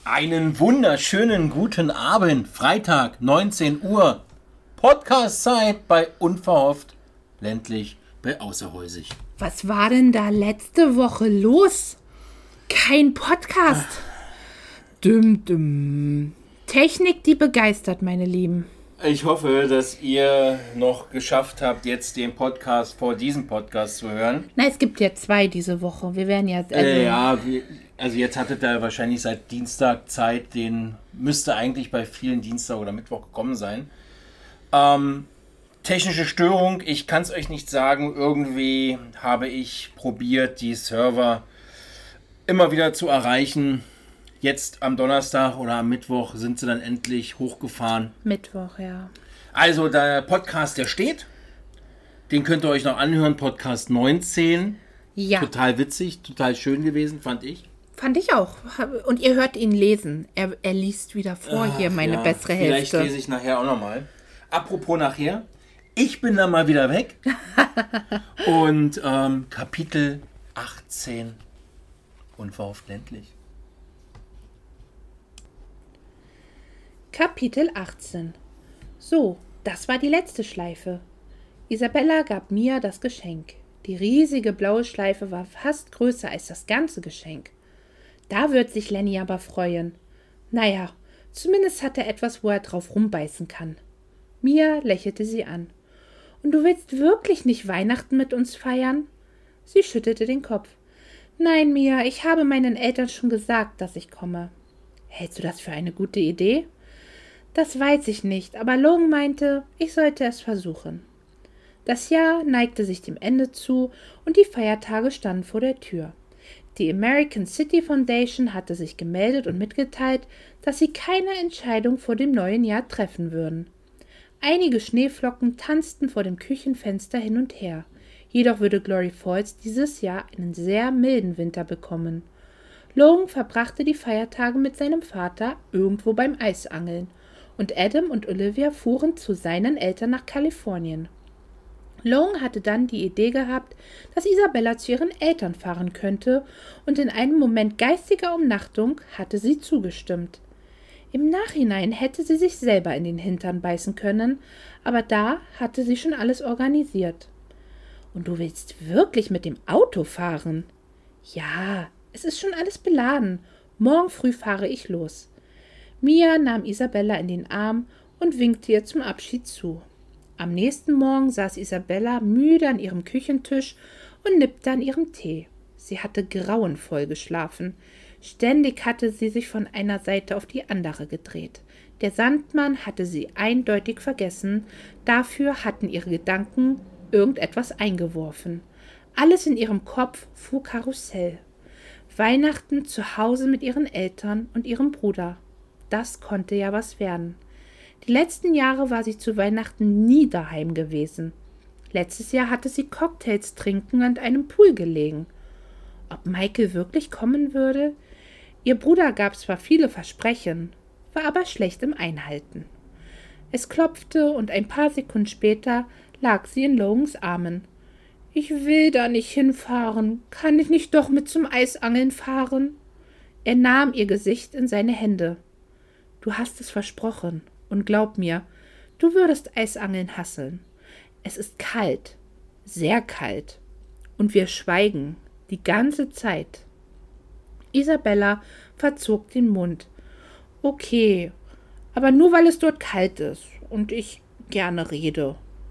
Einen wunderschönen guten Abend, Freitag, 19 Uhr. Podcast-Zeit bei Unverhofft, ländlich, bei Außerhäusig. Was war denn da letzte Woche los? Kein Podcast. Düm. Technik, die begeistert, meine Lieben. Ich hoffe, dass ihr noch geschafft habt, jetzt den Podcast vor diesem Podcast zu hören. Na, es gibt ja 2 diese Woche. Wir werden jetzt... Also jetzt hattet ihr wahrscheinlich seit Dienstag Zeit, den müsste eigentlich bei vielen Dienstag oder Mittwoch gekommen sein. Technische Störung, ich kann es euch nicht sagen. Irgendwie habe ich probiert, die Server immer wieder zu erreichen. Jetzt am Donnerstag oder am Mittwoch sind sie dann endlich hochgefahren. Mittwoch, ja. Also der Podcast, der steht. Den könnt ihr euch noch anhören. Podcast 19. Ja. Total witzig, total schön gewesen, fand ich. Fand ich auch. Und ihr hört ihn lesen. Er liest wieder vor hier, meine bessere Hälfte. Vielleicht lese ich nachher auch nochmal. Apropos nachher. Ich bin dann mal wieder weg. Und Kapitel 18. Unverhofft ländlich. Kapitel 18. So, das war die letzte Schleife. Isabella gab Mia das Geschenk. Die riesige blaue Schleife war fast größer als das ganze Geschenk. Da wird sich Lenny aber freuen. Naja, zumindest hat er etwas, wo er drauf rumbeißen kann. Mia lächelte sie an. Und du willst wirklich nicht Weihnachten mit uns feiern? Sie schüttelte den Kopf. Nein, Mia, ich habe meinen Eltern schon gesagt, dass ich komme. Hältst du das für eine gute Idee? Das weiß ich nicht, aber Logan meinte, ich sollte es versuchen. Das Jahr neigte sich dem Ende zu und die Feiertage standen vor der Tür. Die American City Foundation hatte sich gemeldet und mitgeteilt, dass sie keine Entscheidung vor dem neuen Jahr treffen würden. Einige Schneeflocken tanzten vor dem Küchenfenster hin und her. Jedoch würde Glory Falls dieses Jahr einen sehr milden Winter bekommen. Logan verbrachte die Feiertage mit seinem Vater irgendwo beim Eisangeln und Adam und Olivia fuhren zu seinen Eltern nach Kalifornien. Logan hatte dann die Idee gehabt, dass Isabella zu ihren Eltern fahren könnte, und in einem Moment geistiger Umnachtung hatte sie zugestimmt. Im Nachhinein hätte sie sich selber in den Hintern beißen können, aber da hatte sie schon alles organisiert. Und du willst wirklich mit dem Auto fahren? Ja, es ist schon alles beladen. Morgen früh fahre ich los. Mia nahm Isabella in den Arm und winkte ihr zum Abschied zu. Am nächsten Morgen saß Isabella müde an ihrem Küchentisch und nippte an ihrem Tee. Sie hatte grauenvoll geschlafen. Ständig hatte sie sich von einer Seite auf die andere gedreht. Der Sandmann hatte sie eindeutig vergessen, dafür hatten ihre Gedanken irgendetwas eingeworfen. Alles in ihrem Kopf fuhr Karussell. Weihnachten zu Hause mit ihren Eltern und ihrem Bruder. Das konnte ja was werden. Die letzten Jahre war sie zu Weihnachten nie daheim gewesen. Letztes Jahr hatte sie Cocktails trinken an einem Pool gelegen. Ob Michael wirklich kommen würde? Ihr Bruder gab zwar viele Versprechen, war aber schlecht im Einhalten. Es klopfte und ein paar Sekunden später lag sie in Logans Armen. »Ich will da nicht hinfahren. Kann ich nicht doch mit zum Eisangeln fahren?« Er nahm ihr Gesicht in seine Hände. »Du hast es versprochen. Und glaub mir, du würdest Eisangeln hasseln. Es ist kalt, sehr kalt. Und wir schweigen die ganze Zeit.« Isabella verzog den Mund. »Okay, aber nur weil es dort kalt ist und ich gerne rede.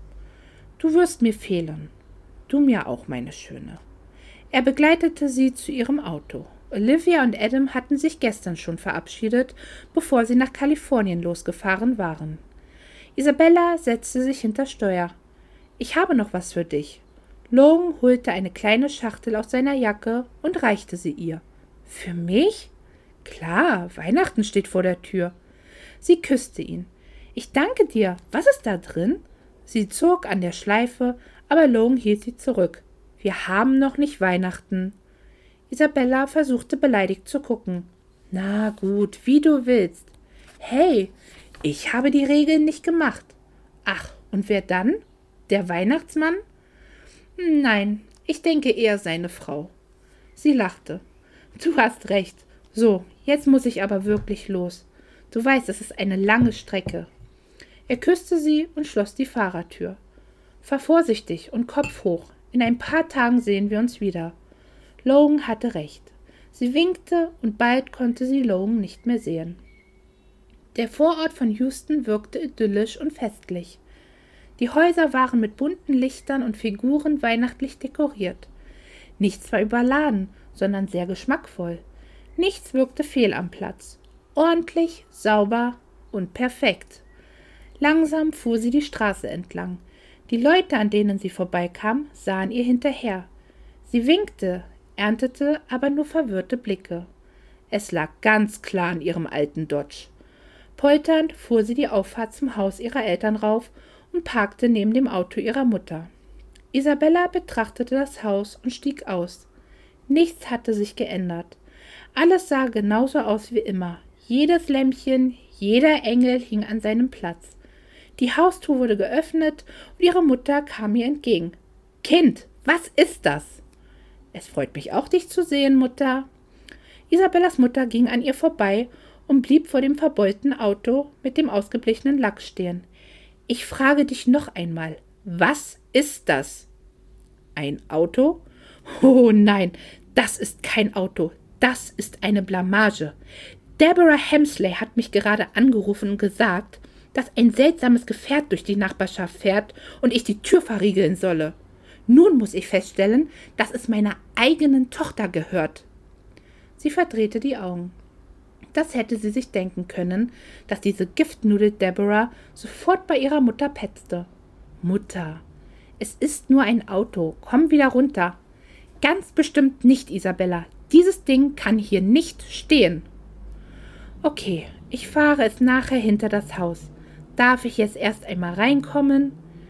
Du wirst mir fehlen. Du mir auch, meine Schöne.« Er begleitete sie zu ihrem Auto. Olivia und Adam hatten sich gestern schon verabschiedet, bevor sie nach Kalifornien losgefahren waren. Isabella setzte sich hinter Steuer. »Ich habe noch was für dich.« Logan holte eine kleine Schachtel aus seiner Jacke und reichte sie ihr. »Für mich?« »Klar, Weihnachten steht vor der Tür.« Sie küsste ihn. »Ich danke dir. Was ist da drin?« Sie zog an der Schleife, aber Logan hielt sie zurück. »Wir haben noch nicht Weihnachten.« Isabella versuchte beleidigt zu gucken. »Na gut, wie du willst.« »Hey, ich habe die Regeln nicht gemacht.« »Ach, und wer dann? Der Weihnachtsmann?« »Nein, ich denke eher seine Frau.« Sie lachte. »Du hast recht. So, jetzt muss ich aber wirklich los. Du weißt, es ist eine lange Strecke. Er küsste sie und schloss die Fahrertür. Fahr vorsichtig und Kopf hoch. In ein paar Tagen sehen wir uns wieder. Logan hatte recht. Sie winkte und bald konnte sie Logan nicht mehr sehen. Der Vorort von Houston wirkte idyllisch und festlich. Die Häuser waren mit bunten Lichtern und Figuren weihnachtlich dekoriert. Nichts war überladen, sondern sehr geschmackvoll. Nichts wirkte fehl am Platz. Ordentlich, sauber und perfekt. Langsam fuhr sie die Straße entlang. Die Leute, an denen sie vorbeikam, sahen ihr hinterher. Sie winkte, erntete aber nur verwirrte Blicke. Es lag ganz klar an ihrem alten Dodge. Polternd fuhr sie die Auffahrt zum Haus ihrer Eltern rauf und parkte neben dem Auto ihrer Mutter. Isabella betrachtete das Haus und stieg aus. Nichts hatte sich geändert. Alles sah genauso aus wie immer. Jedes Lämpchen, jeder Engel hing an seinem Platz. Die Haustür wurde geöffnet und ihre Mutter kam ihr entgegen. »Kind, was ist das?« »Es freut mich auch, dich zu sehen, Mutter.« Isabellas Mutter ging an ihr vorbei und blieb vor dem verbeulten Auto mit dem ausgeblichenen Lack stehen. »Ich frage dich noch einmal, was ist das?« »Ein Auto?« »Oh nein, das ist kein Auto. Das ist eine Blamage. Deborah Hemsley hat mich gerade angerufen und gesagt, dass ein seltsames Gefährt durch die Nachbarschaft fährt und ich die Tür verriegeln solle. Nun muss ich feststellen, dass es meiner eigenen Tochter gehört.« Sie verdrehte die Augen. Das hätte sie sich denken können, dass diese Giftnudel Deborah sofort bei ihrer Mutter petzte. »Mutter, es ist nur ein Auto. Komm wieder runter.« »Ganz bestimmt nicht, Isabella. Dieses Ding kann hier nicht stehen.« »Okay, ich fahre es nachher hinter das Haus. Darf ich jetzt erst einmal reinkommen?«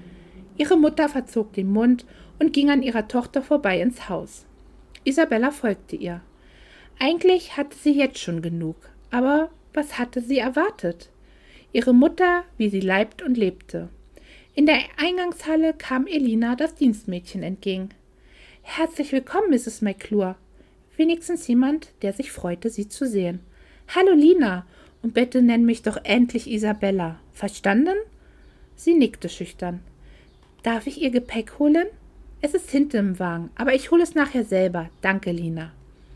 Ihre Mutter verzog den Mund und ging an ihrer Tochter vorbei ins Haus. Isabella folgte ihr. Eigentlich hatte sie jetzt schon genug, aber was hatte sie erwartet? Ihre Mutter, wie sie leibt und lebte. In der Eingangshalle kam Elina, das Dienstmädchen, entgegen. »Herzlich willkommen, Mrs. McClure.« Wenigstens jemand, der sich freute, sie zu sehen. »Hallo, Lina, und bitte nenn mich doch endlich Isabella. Verstanden?« Sie nickte schüchtern. »Darf ich Ihr Gepäck holen?« »Es ist hinten im Wagen, aber ich hole es nachher selber. Danke, Lina.«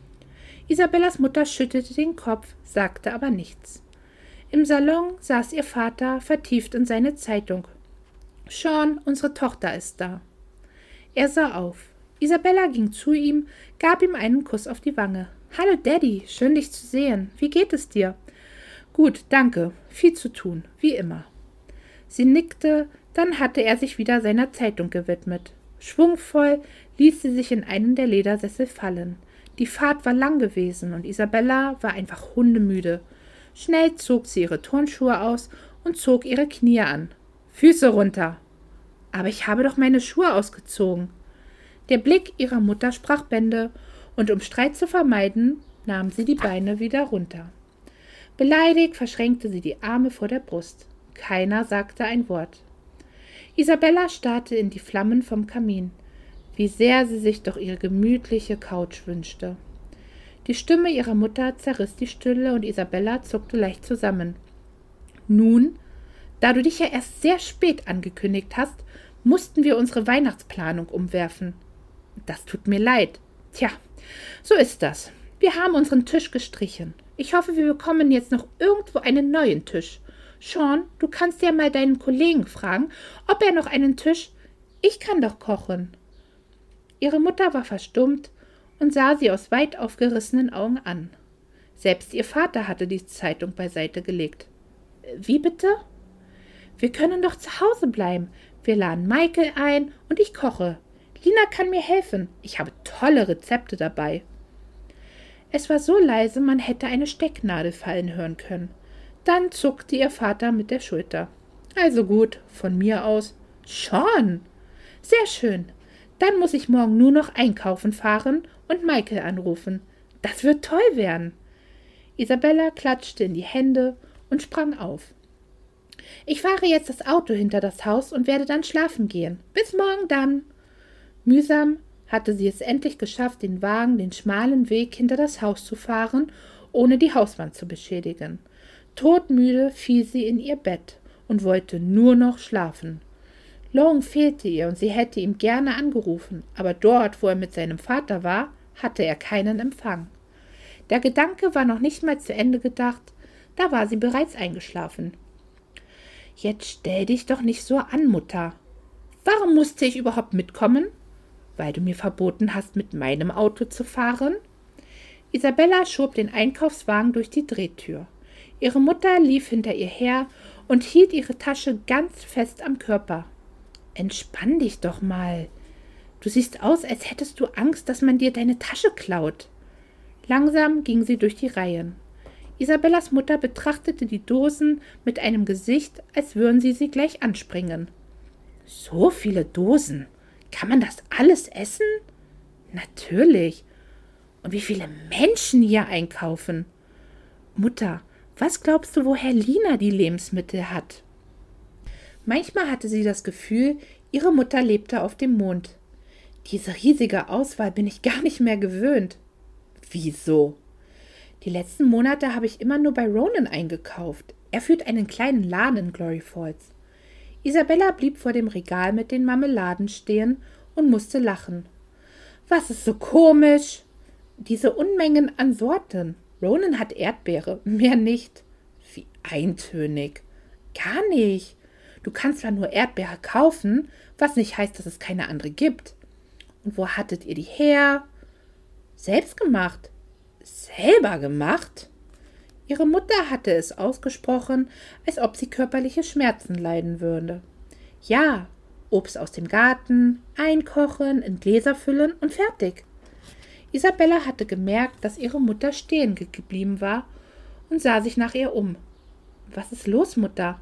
Isabellas Mutter schüttelte den Kopf, sagte aber nichts. Im Salon saß ihr Vater vertieft in seine Zeitung. »Sean, unsere Tochter ist da.« Er sah auf. Isabella ging zu ihm, gab ihm einen Kuss auf die Wange. »Hallo, Daddy, schön dich zu sehen. Wie geht es dir?« »Gut, danke. Viel zu tun, wie immer.« Sie nickte, dann hatte er sich wieder seiner Zeitung gewidmet. Schwungvoll ließ sie sich in einen der Ledersessel fallen. Die Fahrt war lang gewesen und Isabella war einfach hundemüde. Schnell zog sie ihre Turnschuhe aus und zog ihre Knie an. »Füße runter!« »Aber ich habe doch meine Schuhe ausgezogen.« Der Blick ihrer Mutter sprach Bände, und um Streit zu vermeiden, nahm sie die Beine wieder runter. Beleidigt verschränkte sie die Arme vor der Brust. Keiner sagte ein Wort. Isabella starrte in die Flammen vom Kamin. Wie sehr sie sich doch ihre gemütliche Couch wünschte. Die Stimme ihrer Mutter zerriss die Stille und Isabella zuckte leicht zusammen. »Nun, da du dich ja erst sehr spät angekündigt hast, mussten wir unsere Weihnachtsplanung umwerfen.« »Das tut mir leid.« »Tja, so ist das. Wir haben unseren Tisch gestrichen. Ich hoffe, wir bekommen jetzt noch irgendwo einen neuen Tisch. Sean, du kannst ja mal deinen Kollegen fragen, ob er noch einen Tisch... Ich kann doch kochen.« Ihre Mutter war verstummt und sah sie aus weit aufgerissenen Augen an. Selbst ihr Vater hatte die Zeitung beiseite gelegt. »Wie bitte?« »Wir können doch zu Hause bleiben. Wir laden Michael ein und ich koche. Lina kann mir helfen. Ich habe tolle Rezepte dabei.« Es war so leise, man hätte eine Stecknadel fallen hören können. Dann zuckte ihr Vater mit der Schulter. »Also gut, von mir aus.« »Schon! Sehr schön. Dann muss ich morgen nur noch einkaufen fahren und Michael anrufen. Das wird toll werden.« Isabella klatschte in die Hände und sprang auf. »Ich fahre jetzt das Auto hinter das Haus und werde dann schlafen gehen. Bis morgen dann.« Mühsam hatte sie es endlich geschafft, den Wagen den schmalen Weg hinter das Haus zu fahren, ohne die Hauswand zu beschädigen. Todmüde fiel sie in ihr Bett und wollte nur noch schlafen. Long fehlte ihr und sie hätte ihm gerne angerufen, aber dort, wo er mit seinem Vater war, hatte er keinen Empfang. Der Gedanke war noch nicht mal zu Ende gedacht, da war sie bereits eingeschlafen. »Jetzt stell dich doch nicht so an, Mutter. Warum musste ich überhaupt mitkommen? Weil du mir verboten hast, mit meinem Auto zu fahren?« Isabella schob den Einkaufswagen durch die Drehtür. Ihre Mutter lief hinter ihr her und hielt ihre Tasche ganz fest am Körper. »Entspann dich doch mal. Du siehst aus, als hättest du Angst, dass man dir deine Tasche klaut.« Langsam ging sie durch die Reihen. Isabellas Mutter betrachtete die Dosen mit einem Gesicht, als würden sie gleich anspringen. »So viele Dosen. Kann man das alles essen?« »Natürlich. Und wie viele Menschen hier einkaufen?« »Mutter, was glaubst du, woher Lina die Lebensmittel hat?« Manchmal hatte sie das Gefühl, ihre Mutter lebte auf dem Mond. »Diese riesige Auswahl bin ich gar nicht mehr gewöhnt.« »Wieso?« »Die letzten Monate habe ich immer nur bei Ronan eingekauft. Er führt einen kleinen Laden in Glory Falls.« Isabella blieb vor dem Regal mit den Marmeladen stehen und musste lachen. »Was ist so komisch?« »Diese Unmengen an Sorten. Ronan hat Erdbeere, mehr nicht.« »Wie eintönig.« »Gar nicht. Du kannst zwar nur Erdbeere kaufen, was nicht heißt, dass es keine andere gibt.« »Und wo hattet ihr die her?« »Selbst gemacht.« »Selber gemacht?« Ihre Mutter hatte es ausgesprochen, als ob sie körperliche Schmerzen leiden würde. »Ja, Obst aus dem Garten, einkochen, in Gläser füllen und fertig.« Isabella hatte gemerkt, dass ihre Mutter stehen geblieben war und sah sich nach ihr um. »Was ist los, Mutter?«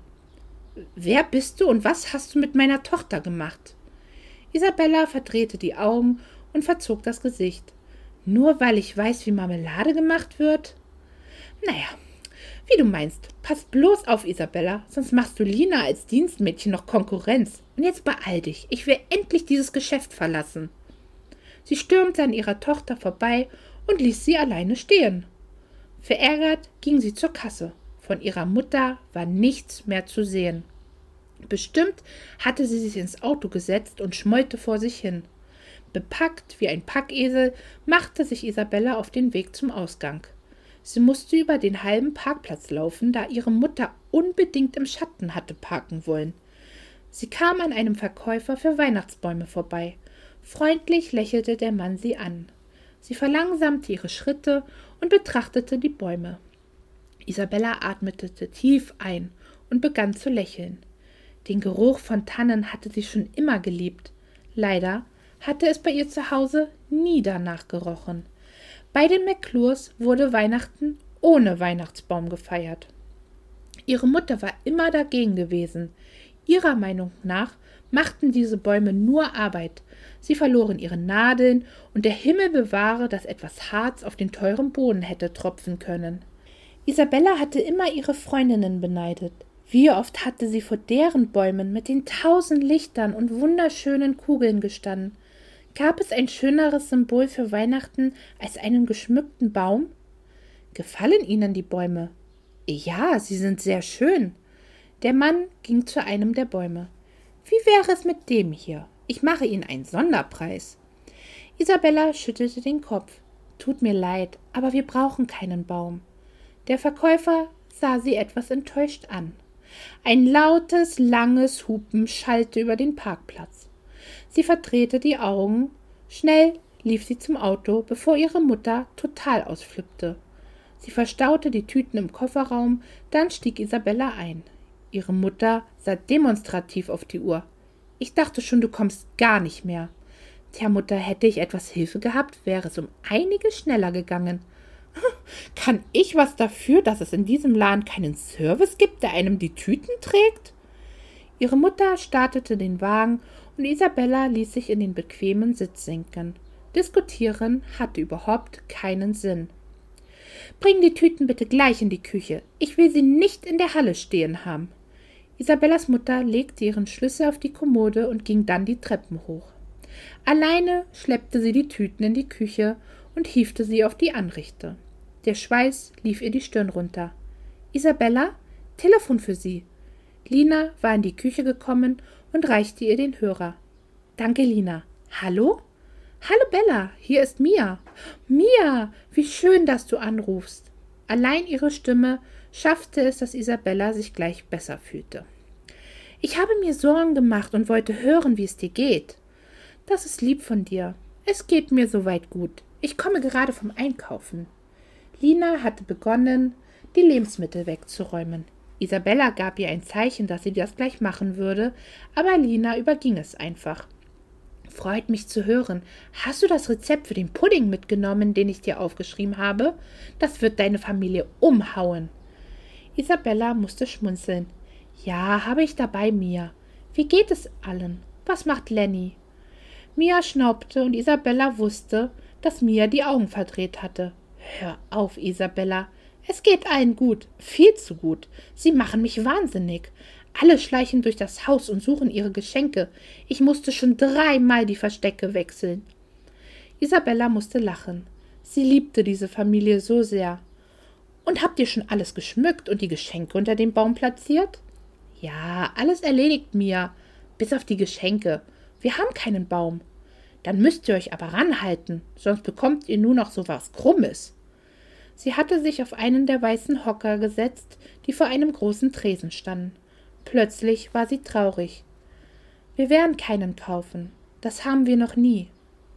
»Wer bist du und was hast du mit meiner Tochter gemacht?« Isabella verdrehte die Augen und verzog das Gesicht. »Nur weil ich weiß, wie Marmelade gemacht wird?« »Naja, wie du meinst. Pass bloß auf, Isabella, sonst machst du Lina als Dienstmädchen noch Konkurrenz. Und jetzt beeil dich, ich will endlich dieses Geschäft verlassen.« Sie stürmte an ihrer Tochter vorbei und ließ sie alleine stehen. Verärgert ging sie zur Kasse. Von ihrer Mutter war nichts mehr zu sehen. Bestimmt hatte sie sich ins Auto gesetzt und schmollte vor sich hin. Bepackt wie ein Packesel machte sich Isabella auf den Weg zum Ausgang. Sie musste über den halben Parkplatz laufen, da ihre Mutter unbedingt im Schatten hatte parken wollen. Sie kam an einem Verkäufer für Weihnachtsbäume vorbei. Freundlich lächelte der Mann sie an. Sie verlangsamte ihre Schritte und betrachtete die Bäume. Isabella atmete tief ein und begann zu lächeln. Den Geruch von Tannen hatte sie schon immer geliebt. Leider hatte es bei ihr zu Hause nie danach gerochen. Bei den McClures wurde Weihnachten ohne Weihnachtsbaum gefeiert. Ihre Mutter war immer dagegen gewesen. Ihrer Meinung nach machten diese Bäume nur Arbeit. Sie verloren ihre Nadeln und der Himmel bewahre, dass etwas Harz auf den teuren Boden hätte tropfen können. Isabella hatte immer ihre Freundinnen beneidet. Wie oft hatte sie vor deren Bäumen mit den 1000 Lichtern und wunderschönen Kugeln gestanden. Gab es ein schöneres Symbol für Weihnachten als einen geschmückten Baum? Gefallen Ihnen die Bäume? Ja, sie sind sehr schön. Der Mann ging zu einem der Bäume. Wie wäre es mit dem hier? Ich mache Ihnen einen Sonderpreis. Isabella schüttelte den Kopf. Tut mir leid, aber wir brauchen keinen Baum. Der Verkäufer sah sie etwas enttäuscht an. Ein lautes, langes Hupen schallte über den Parkplatz. Sie verdrehte die Augen. Schnell lief sie zum Auto, bevor ihre Mutter total ausflippte. Sie verstaute die Tüten im Kofferraum, dann stieg Isabella ein. Ihre Mutter sah demonstrativ auf die Uhr. »Ich dachte schon, du kommst gar nicht mehr.« »Tja, Mutter, hätte ich etwas Hilfe gehabt, wäre es um einiges schneller gegangen.« »Kann ich was dafür, dass es in diesem Laden keinen Service gibt, der einem die Tüten trägt?« Ihre Mutter startete den Wagen und Isabella ließ sich in den bequemen Sitz sinken. Diskutieren hatte überhaupt keinen Sinn. »Bring die Tüten bitte gleich in die Küche. Ich will sie nicht in der Halle stehen haben.« Isabellas Mutter legte ihren Schlüssel auf die Kommode und ging dann die Treppen hoch. Alleine schleppte sie die Tüten in die Küche und hiefte sie auf die Anrichte. Der Schweiß lief ihr die Stirn runter. »Isabella, Telefon für Sie.« Lina war in die Küche gekommen und reichte ihr den Hörer. »Danke, Lina. Hallo?« »Hallo, Bella, hier ist Mia.« »Mia, wie schön, dass du anrufst.« Allein ihre Stimme schaffte es, dass Isabella sich gleich besser fühlte. »Ich habe mir Sorgen gemacht und wollte hören, wie es dir geht.« »Das ist lieb von dir. Es geht mir soweit gut. Ich komme gerade vom Einkaufen.« Lina hatte begonnen, die Lebensmittel wegzuräumen. Isabella gab ihr ein Zeichen, dass sie das gleich machen würde, aber Lina überging es einfach. »Freut mich zu hören. Hast du das Rezept für den Pudding mitgenommen, den ich dir aufgeschrieben habe? Das wird deine Familie umhauen.« Isabella musste schmunzeln. »Ja, habe ich dabei, Mia. Wie geht es allen? Was macht Lenny?« Mia schnaubte und Isabella wusste, dass Mia die Augen verdreht hatte. »Hör auf, Isabella. Es geht allen gut. Viel zu gut. Sie machen mich wahnsinnig. Alle schleichen durch das Haus und suchen ihre Geschenke. Ich musste schon 3-mal die Verstecke wechseln.« Isabella musste lachen. Sie liebte diese Familie so sehr. »Und habt ihr schon alles geschmückt und die Geschenke unter dem Baum platziert?« »Ja, alles erledigt, Mia. Bis auf die Geschenke. Wir haben keinen Baum.« »Dann müsst ihr euch aber ranhalten, sonst bekommt ihr nur noch so was Krummes.« Sie hatte sich auf einen der weißen Hocker gesetzt, die vor einem großen Tresen standen. Plötzlich war sie traurig. »Wir werden keinen kaufen. Das haben wir noch nie.«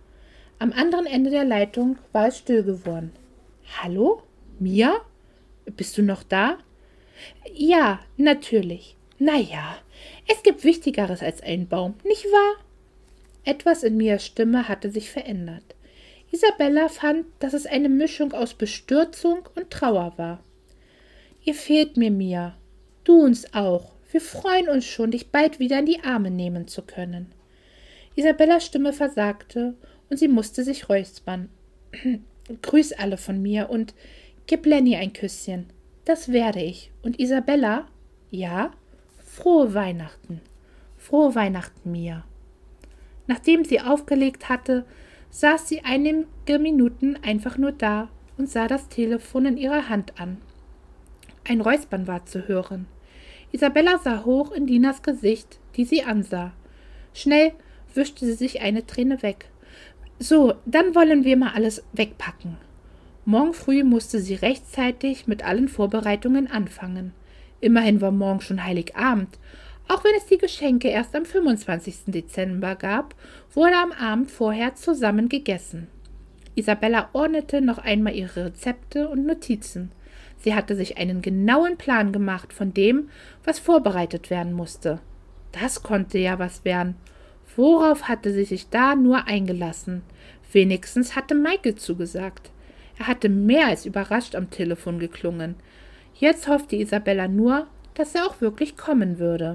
Am anderen Ende der Leitung war es still geworden. »Hallo? Mia? Bist du noch da?« »Ja, natürlich. Na ja, es gibt Wichtigeres als einen Baum, nicht wahr?« Etwas in Mias Stimme hatte sich verändert. Isabella fand, dass es eine Mischung aus Bestürzung und Trauer war. »Ihr fehlt mir, Mia. Du uns auch. Wir freuen uns schon, dich bald wieder in die Arme nehmen zu können.« Isabellas Stimme versagte und sie musste sich räuspern. »Grüß alle von mir und gib Lenny ein Küsschen. Das werde ich. Und Isabella?« »Ja?« »Frohe Weihnachten. Frohe Weihnachten, Mia.« Nachdem sie aufgelegt hatte, saß sie einige Minuten einfach nur da und sah das Telefon in ihrer Hand an. Ein Räuspern war zu hören. Isabella sah hoch in Linas Gesicht, die sie ansah. Schnell wischte sie sich eine Träne weg. »So, dann wollen wir mal alles wegpacken.« Morgen früh musste sie rechtzeitig mit allen Vorbereitungen anfangen. Immerhin war morgen schon Heiligabend. Auch wenn es die Geschenke erst am 25. Dezember gab, wurde am Abend vorher zusammen gegessen. Isabella ordnete noch einmal ihre Rezepte und Notizen. Sie hatte sich einen genauen Plan gemacht von dem, was vorbereitet werden musste. Das konnte ja was werden. Worauf hatte sie sich da nur eingelassen? Wenigstens hatte Michael zugesagt. Er hatte mehr als überrascht am Telefon geklungen. Jetzt hoffte Isabella nur, dass er auch wirklich kommen würde.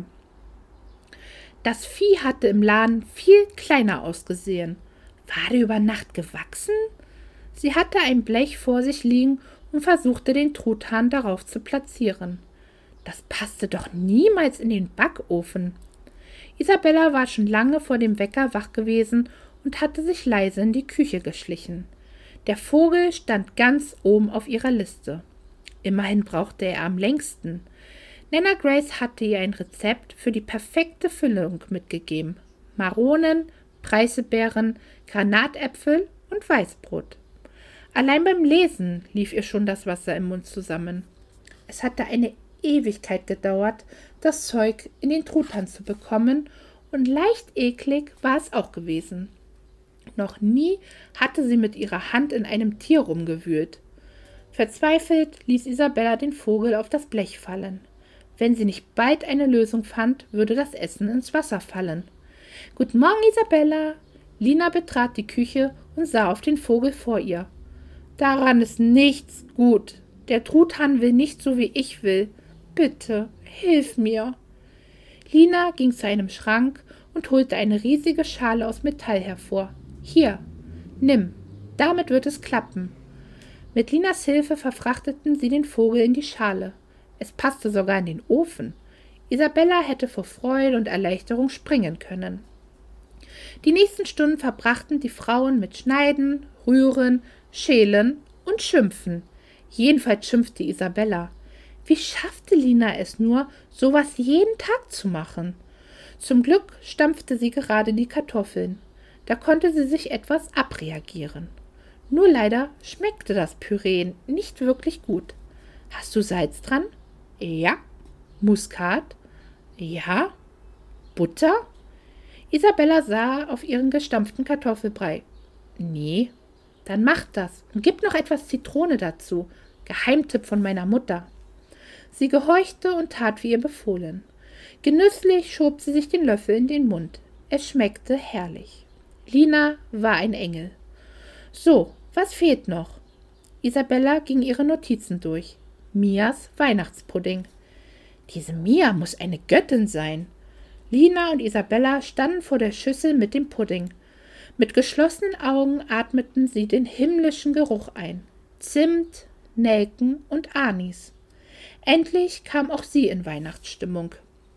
Das Vieh hatte im Laden viel kleiner ausgesehen. War der über Nacht gewachsen? Sie hatte ein Blech vor sich liegen und versuchte, den Truthahn darauf zu platzieren. Das passte doch niemals in den Backofen. Isabella war schon lange vor dem Wecker wach gewesen und hatte sich leise in die Küche geschlichen. Der Vogel stand ganz oben auf ihrer Liste. Immerhin brauchte er am längsten. Nana Grace hatte ihr ein Rezept für die perfekte Füllung mitgegeben. Maronen, Preiselbeeren, Granatäpfel und Weißbrot. Allein beim Lesen lief ihr schon das Wasser im Mund zusammen. Es hatte eine Ewigkeit gedauert, das Zeug in den Truthahn zu bekommen, und leicht eklig war es auch gewesen. Noch nie hatte sie mit ihrer Hand in einem Tier rumgewühlt. Verzweifelt ließ Isabella den Vogel auf das Blech fallen. Wenn sie nicht bald eine Lösung fand, würde das Essen ins Wasser fallen. »Guten Morgen, Isabella!« Lina betrat die Küche und sah auf den Vogel vor ihr. »Daran ist nichts gut. Der Truthahn will nicht so, wie ich will. Bitte, hilf mir!« Lina ging zu einem Schrank und holte eine riesige Schale aus Metall hervor. »Hier, nimm, damit wird es klappen.« Mit Linas Hilfe verfrachteten sie den Vogel in die Schale. Es passte sogar in den Ofen. Isabella hätte vor Freude und Erleichterung springen können. Die nächsten Stunden verbrachten die Frauen mit Schneiden, Rühren, Schälen und Schimpfen. Jedenfalls schimpfte Isabella. Wie schaffte Lina es nur, sowas jeden Tag zu machen? Zum Glück stampfte sie gerade die Kartoffeln. Da konnte sie sich etwas abreagieren. Nur leider schmeckte das Püree nicht wirklich gut. Hast du Salz dran? Ja. Muskat? Ja. Butter? Isabella sah auf ihren gestampften Kartoffelbrei. Nee. Dann mach das und gib noch etwas Zitrone dazu. Geheimtipp von meiner Mutter. Sie gehorchte und tat wie ihr befohlen. Genüsslich schob sie sich den Löffel in den Mund. Es schmeckte herrlich. Lina war ein Engel. So, was fehlt noch? Isabella ging ihre Notizen durch. Mias Weihnachtspudding. Diese Mia muss eine Göttin sein. Lina und Isabella standen vor der Schüssel mit dem Pudding. Mit geschlossenen Augen atmeten sie den himmlischen Geruch ein. Zimt, Nelken und Anis. Endlich kam auch sie in Weihnachtsstimmung.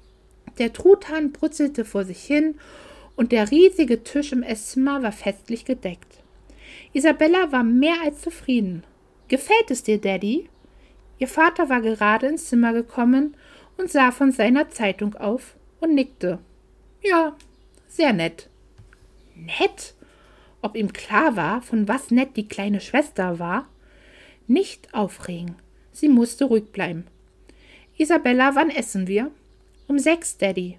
Der Truthahn brutzelte vor sich hin und der riesige Tisch im Esszimmer war festlich gedeckt. Isabella war mehr als zufrieden. Gefällt es dir, Daddy? Ihr Vater war gerade ins Zimmer gekommen und sah von seiner Zeitung auf und nickte. Ja, sehr nett. Nett? Ob ihm klar war, von was nett die kleine Schwester war? Nicht aufregen. Sie musste ruhig bleiben. Isabella, wann essen wir? Um 6, Daddy.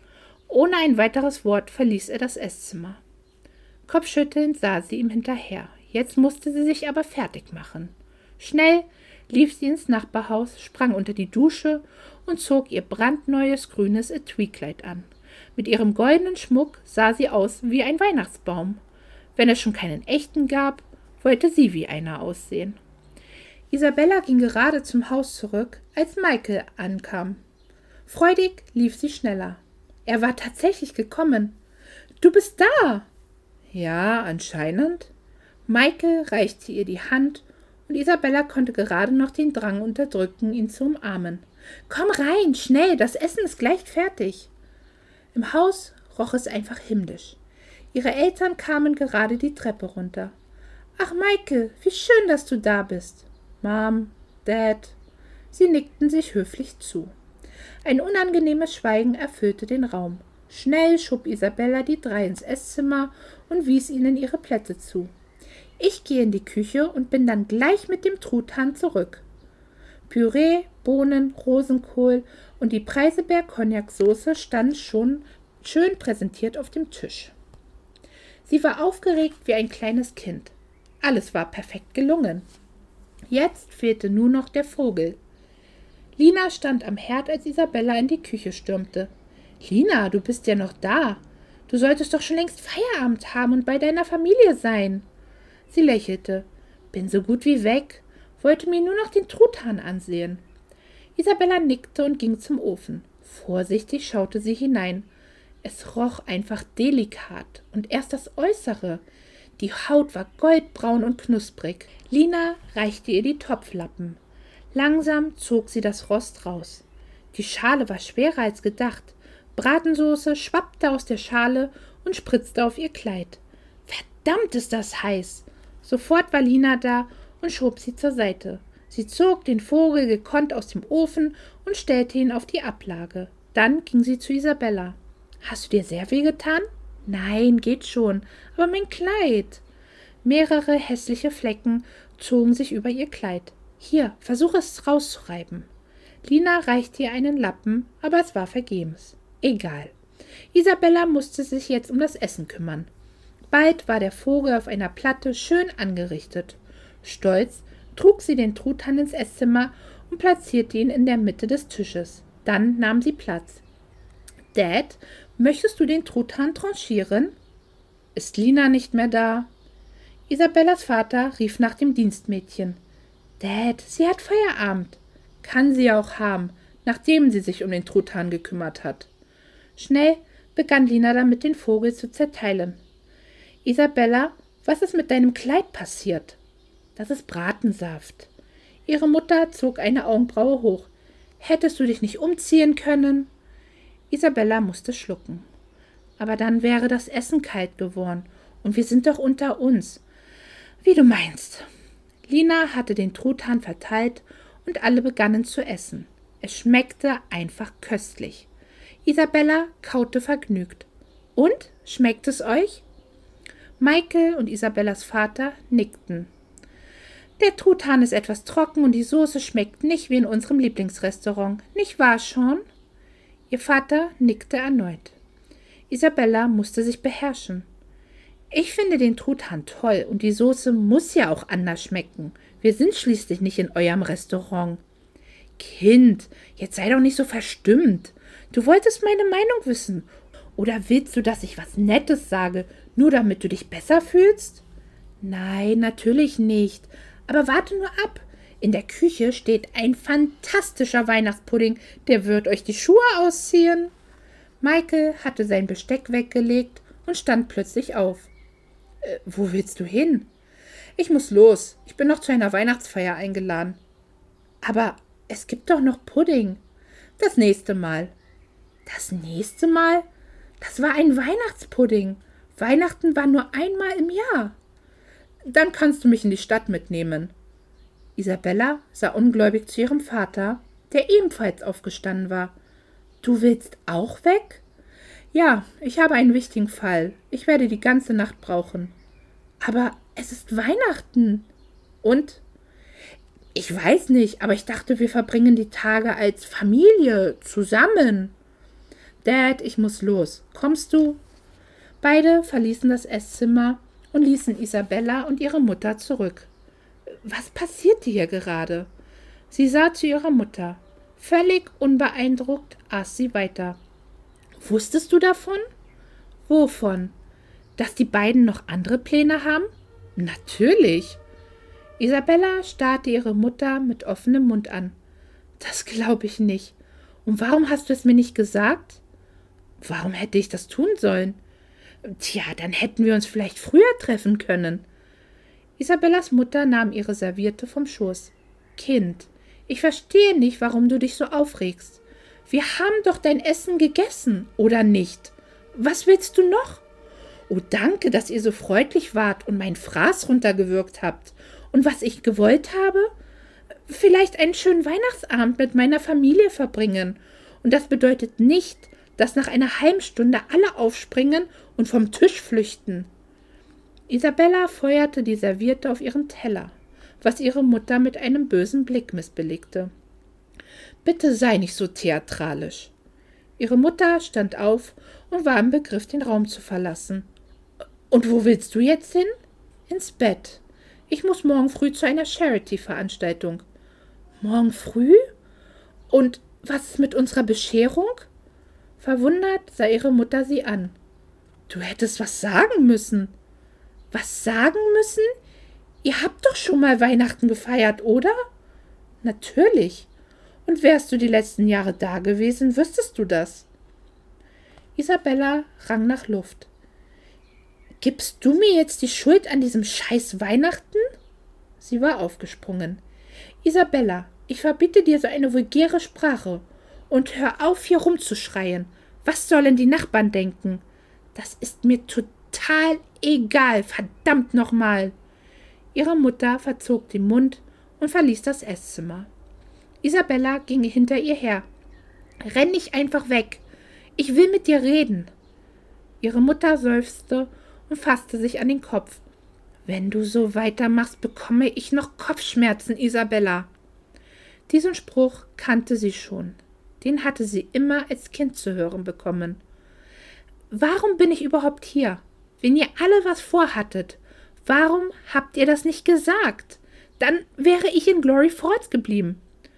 Ohne ein weiteres Wort verließ er das Esszimmer. Kopfschüttelnd sah sie ihm hinterher. Jetzt musste sie sich aber fertig machen. Schnell lief sie ins Nachbarhaus, sprang unter die Dusche und zog ihr brandneues grünes Etui-Kleid an. Mit ihrem goldenen Schmuck sah sie aus wie ein Weihnachtsbaum. Wenn es schon keinen echten gab, wollte sie wie einer aussehen. Isabella ging gerade zum Haus zurück, als Michael ankam. Freudig lief sie schneller. Er war tatsächlich gekommen. »Du bist da!« »Ja, anscheinend.« Michael reichte ihr die Hand und Isabella konnte gerade noch den Drang unterdrücken, ihn zu umarmen. »Komm rein, schnell, das Essen ist gleich fertig.« Im Haus roch es einfach himmlisch. Ihre Eltern kamen gerade die Treppe runter. »Ach, Michael, wie schön, dass du da bist.« »Mom, Dad.« Sie nickten sich höflich zu. Ein unangenehmes Schweigen erfüllte den Raum. Schnell schob Isabella die drei ins Esszimmer und wies ihnen ihre Plätze zu. »Ich gehe in die Küche und bin dann gleich mit dem Truthahn zurück.« Püree, Bohnen, Rosenkohl und die Preiselbeer-Cognac-Soße standen schon schön präsentiert auf dem Tisch. Sie war aufgeregt wie ein kleines Kind. Alles war perfekt gelungen. Jetzt fehlte nur noch der Vogel. Lina stand am Herd, als Isabella in die Küche stürmte. »Lina, du bist ja noch da. Du solltest doch schon längst Feierabend haben und bei deiner Familie sein.« Sie lächelte. »Bin so gut wie weg. Wollte mir nur noch den Truthahn ansehen.« Isabella nickte und ging zum Ofen. Vorsichtig schaute sie hinein. Es roch einfach delikat und erst das Äußere. Die Haut war goldbraun und knusprig. Lina reichte ihr die Topflappen. Langsam zog sie das Rost raus. Die Schale war schwerer als gedacht. Bratensoße schwappte aus der Schale und spritzte auf ihr Kleid. »Verdammt, ist das heiß!« Sofort war Lina da und schob sie zur Seite. Sie zog den Vogel gekonnt aus dem Ofen und stellte ihn auf die Ablage. Dann ging sie zu Isabella. »Hast du dir sehr weh getan?« »Nein, geht schon, aber mein Kleid.« Mehrere hässliche Flecken zogen sich über ihr Kleid. »Hier, versuche es rauszureiben.« Lina reichte ihr einen Lappen, aber es war vergebens. Egal. Isabella musste sich jetzt um das Essen kümmern. Bald war der Vogel auf einer Platte schön angerichtet. Stolz trug sie den Truthahn ins Esszimmer und platzierte ihn in der Mitte des Tisches. Dann nahm sie Platz. »Dad, möchtest du den Truthahn tranchieren?« »Ist Lina nicht mehr da?« Isabellas Vater rief nach dem Dienstmädchen. »Dad, sie hat Feierabend.« »Kann sie auch haben, nachdem sie sich um den Truthahn gekümmert hat.« Schnell begann Lina damit, den Vogel zu zerteilen. »Isabella, was ist mit deinem Kleid passiert?« »Das ist Bratensaft.« Ihre Mutter zog eine Augenbraue hoch. »Hättest du dich nicht umziehen können?« Isabella musste schlucken. »Aber dann wäre das Essen kalt geworden, und wir sind doch unter uns.« »Wie du meinst.« Lina hatte den Truthahn verteilt und alle begannen zu essen. Es schmeckte einfach köstlich. Isabella kaute vergnügt. Und, schmeckt es euch? Michael und Isabellas Vater nickten. Der Truthahn ist etwas trocken und die Soße schmeckt nicht wie in unserem Lieblingsrestaurant. Nicht wahr, Sean? Ihr Vater nickte erneut. Isabella musste sich beherrschen. Ich finde den Truthahn toll und die Soße muss ja auch anders schmecken. Wir sind schließlich nicht in eurem Restaurant. Kind, jetzt sei doch nicht so verstimmt. Du wolltest meine Meinung wissen. Oder willst du, dass ich was Nettes sage, nur damit du dich besser fühlst? Nein, natürlich nicht. Aber warte nur ab. In der Küche steht ein fantastischer Weihnachtspudding, der wird euch die Schuhe ausziehen. Michael hatte sein Besteck weggelegt und stand plötzlich auf. Wo willst du hin? Ich muss los. Ich bin noch zu einer Weihnachtsfeier eingeladen. Aber es gibt doch noch Pudding. Das nächste Mal. Das nächste Mal? Das war ein Weihnachtspudding. Weihnachten war nur einmal im Jahr. Dann kannst du mich in die Stadt mitnehmen. Isabella sah ungläubig zu ihrem Vater, der ebenfalls aufgestanden war. Du willst auch weg? Ja, ich habe einen wichtigen Fall. Ich werde die ganze Nacht brauchen. Aber es ist Weihnachten. Und? Ich weiß nicht, aber ich dachte, wir verbringen die Tage als Familie zusammen. Dad, ich muss los. Kommst du? Beide verließen das Esszimmer und ließen Isabella und ihre Mutter zurück. Was passierte hier gerade? Sie sah zu ihrer Mutter. Völlig unbeeindruckt aß sie weiter. Wusstest du davon? Wovon? Dass die beiden noch andere Pläne haben? Natürlich. Isabella starrte ihre Mutter mit offenem Mund an. Das glaube ich nicht. Und warum hast du es mir nicht gesagt? Warum hätte ich das tun sollen? Tja, dann hätten wir uns vielleicht früher treffen können. Isabellas Mutter nahm ihre Serviette vom Schoß. Kind, ich verstehe nicht, warum du dich so aufregst. Wir haben doch dein Essen gegessen, oder nicht? Was willst du noch? Oh, danke, dass ihr so freundlich wart und mein Fraß runtergewürgt habt. Und was ich gewollt habe? Vielleicht einen schönen Weihnachtsabend mit meiner Familie verbringen. Und das bedeutet nicht, dass nach einer halben Stunde alle aufspringen und vom Tisch flüchten. Isabella feuerte die Serviette auf ihren Teller, was ihre Mutter mit einem bösen Blick missbilligte. Bitte sei nicht so theatralisch. Ihre Mutter stand auf und war im Begriff, den Raum zu verlassen. Und wo willst du jetzt hin? Ins Bett. Ich muss morgen früh zu einer Charity-Veranstaltung. Morgen früh? Und was ist mit unserer Bescherung? Verwundert sah ihre Mutter sie an. Du hättest was sagen müssen. Was sagen müssen? Ihr habt doch schon mal Weihnachten gefeiert, oder? Natürlich. Und wärst du die letzten Jahre da gewesen, wüsstest du das. Isabella rang nach Luft. Gibst du mir jetzt die Schuld an diesem scheiß Weihnachten? Sie war aufgesprungen. Isabella, ich verbiete dir so eine vulgäre Sprache. Und hör auf, hier rumzuschreien. Was sollen die Nachbarn denken? Das ist mir total egal, verdammt nochmal. Ihre Mutter verzog den Mund und verließ das Esszimmer. Isabella ging hinter ihr her. Renn nicht einfach weg. Ich will mit dir reden. Ihre Mutter seufzte und fasste sich an den Kopf. Wenn du so weitermachst, bekomme ich noch Kopfschmerzen, Isabella. Diesen Spruch kannte sie schon. Den hatte sie immer als Kind zu hören bekommen. Warum bin ich überhaupt hier? Wenn ihr alle was vorhattet, warum habt ihr das nicht gesagt? Dann wäre ich in Glory Falls geblieben.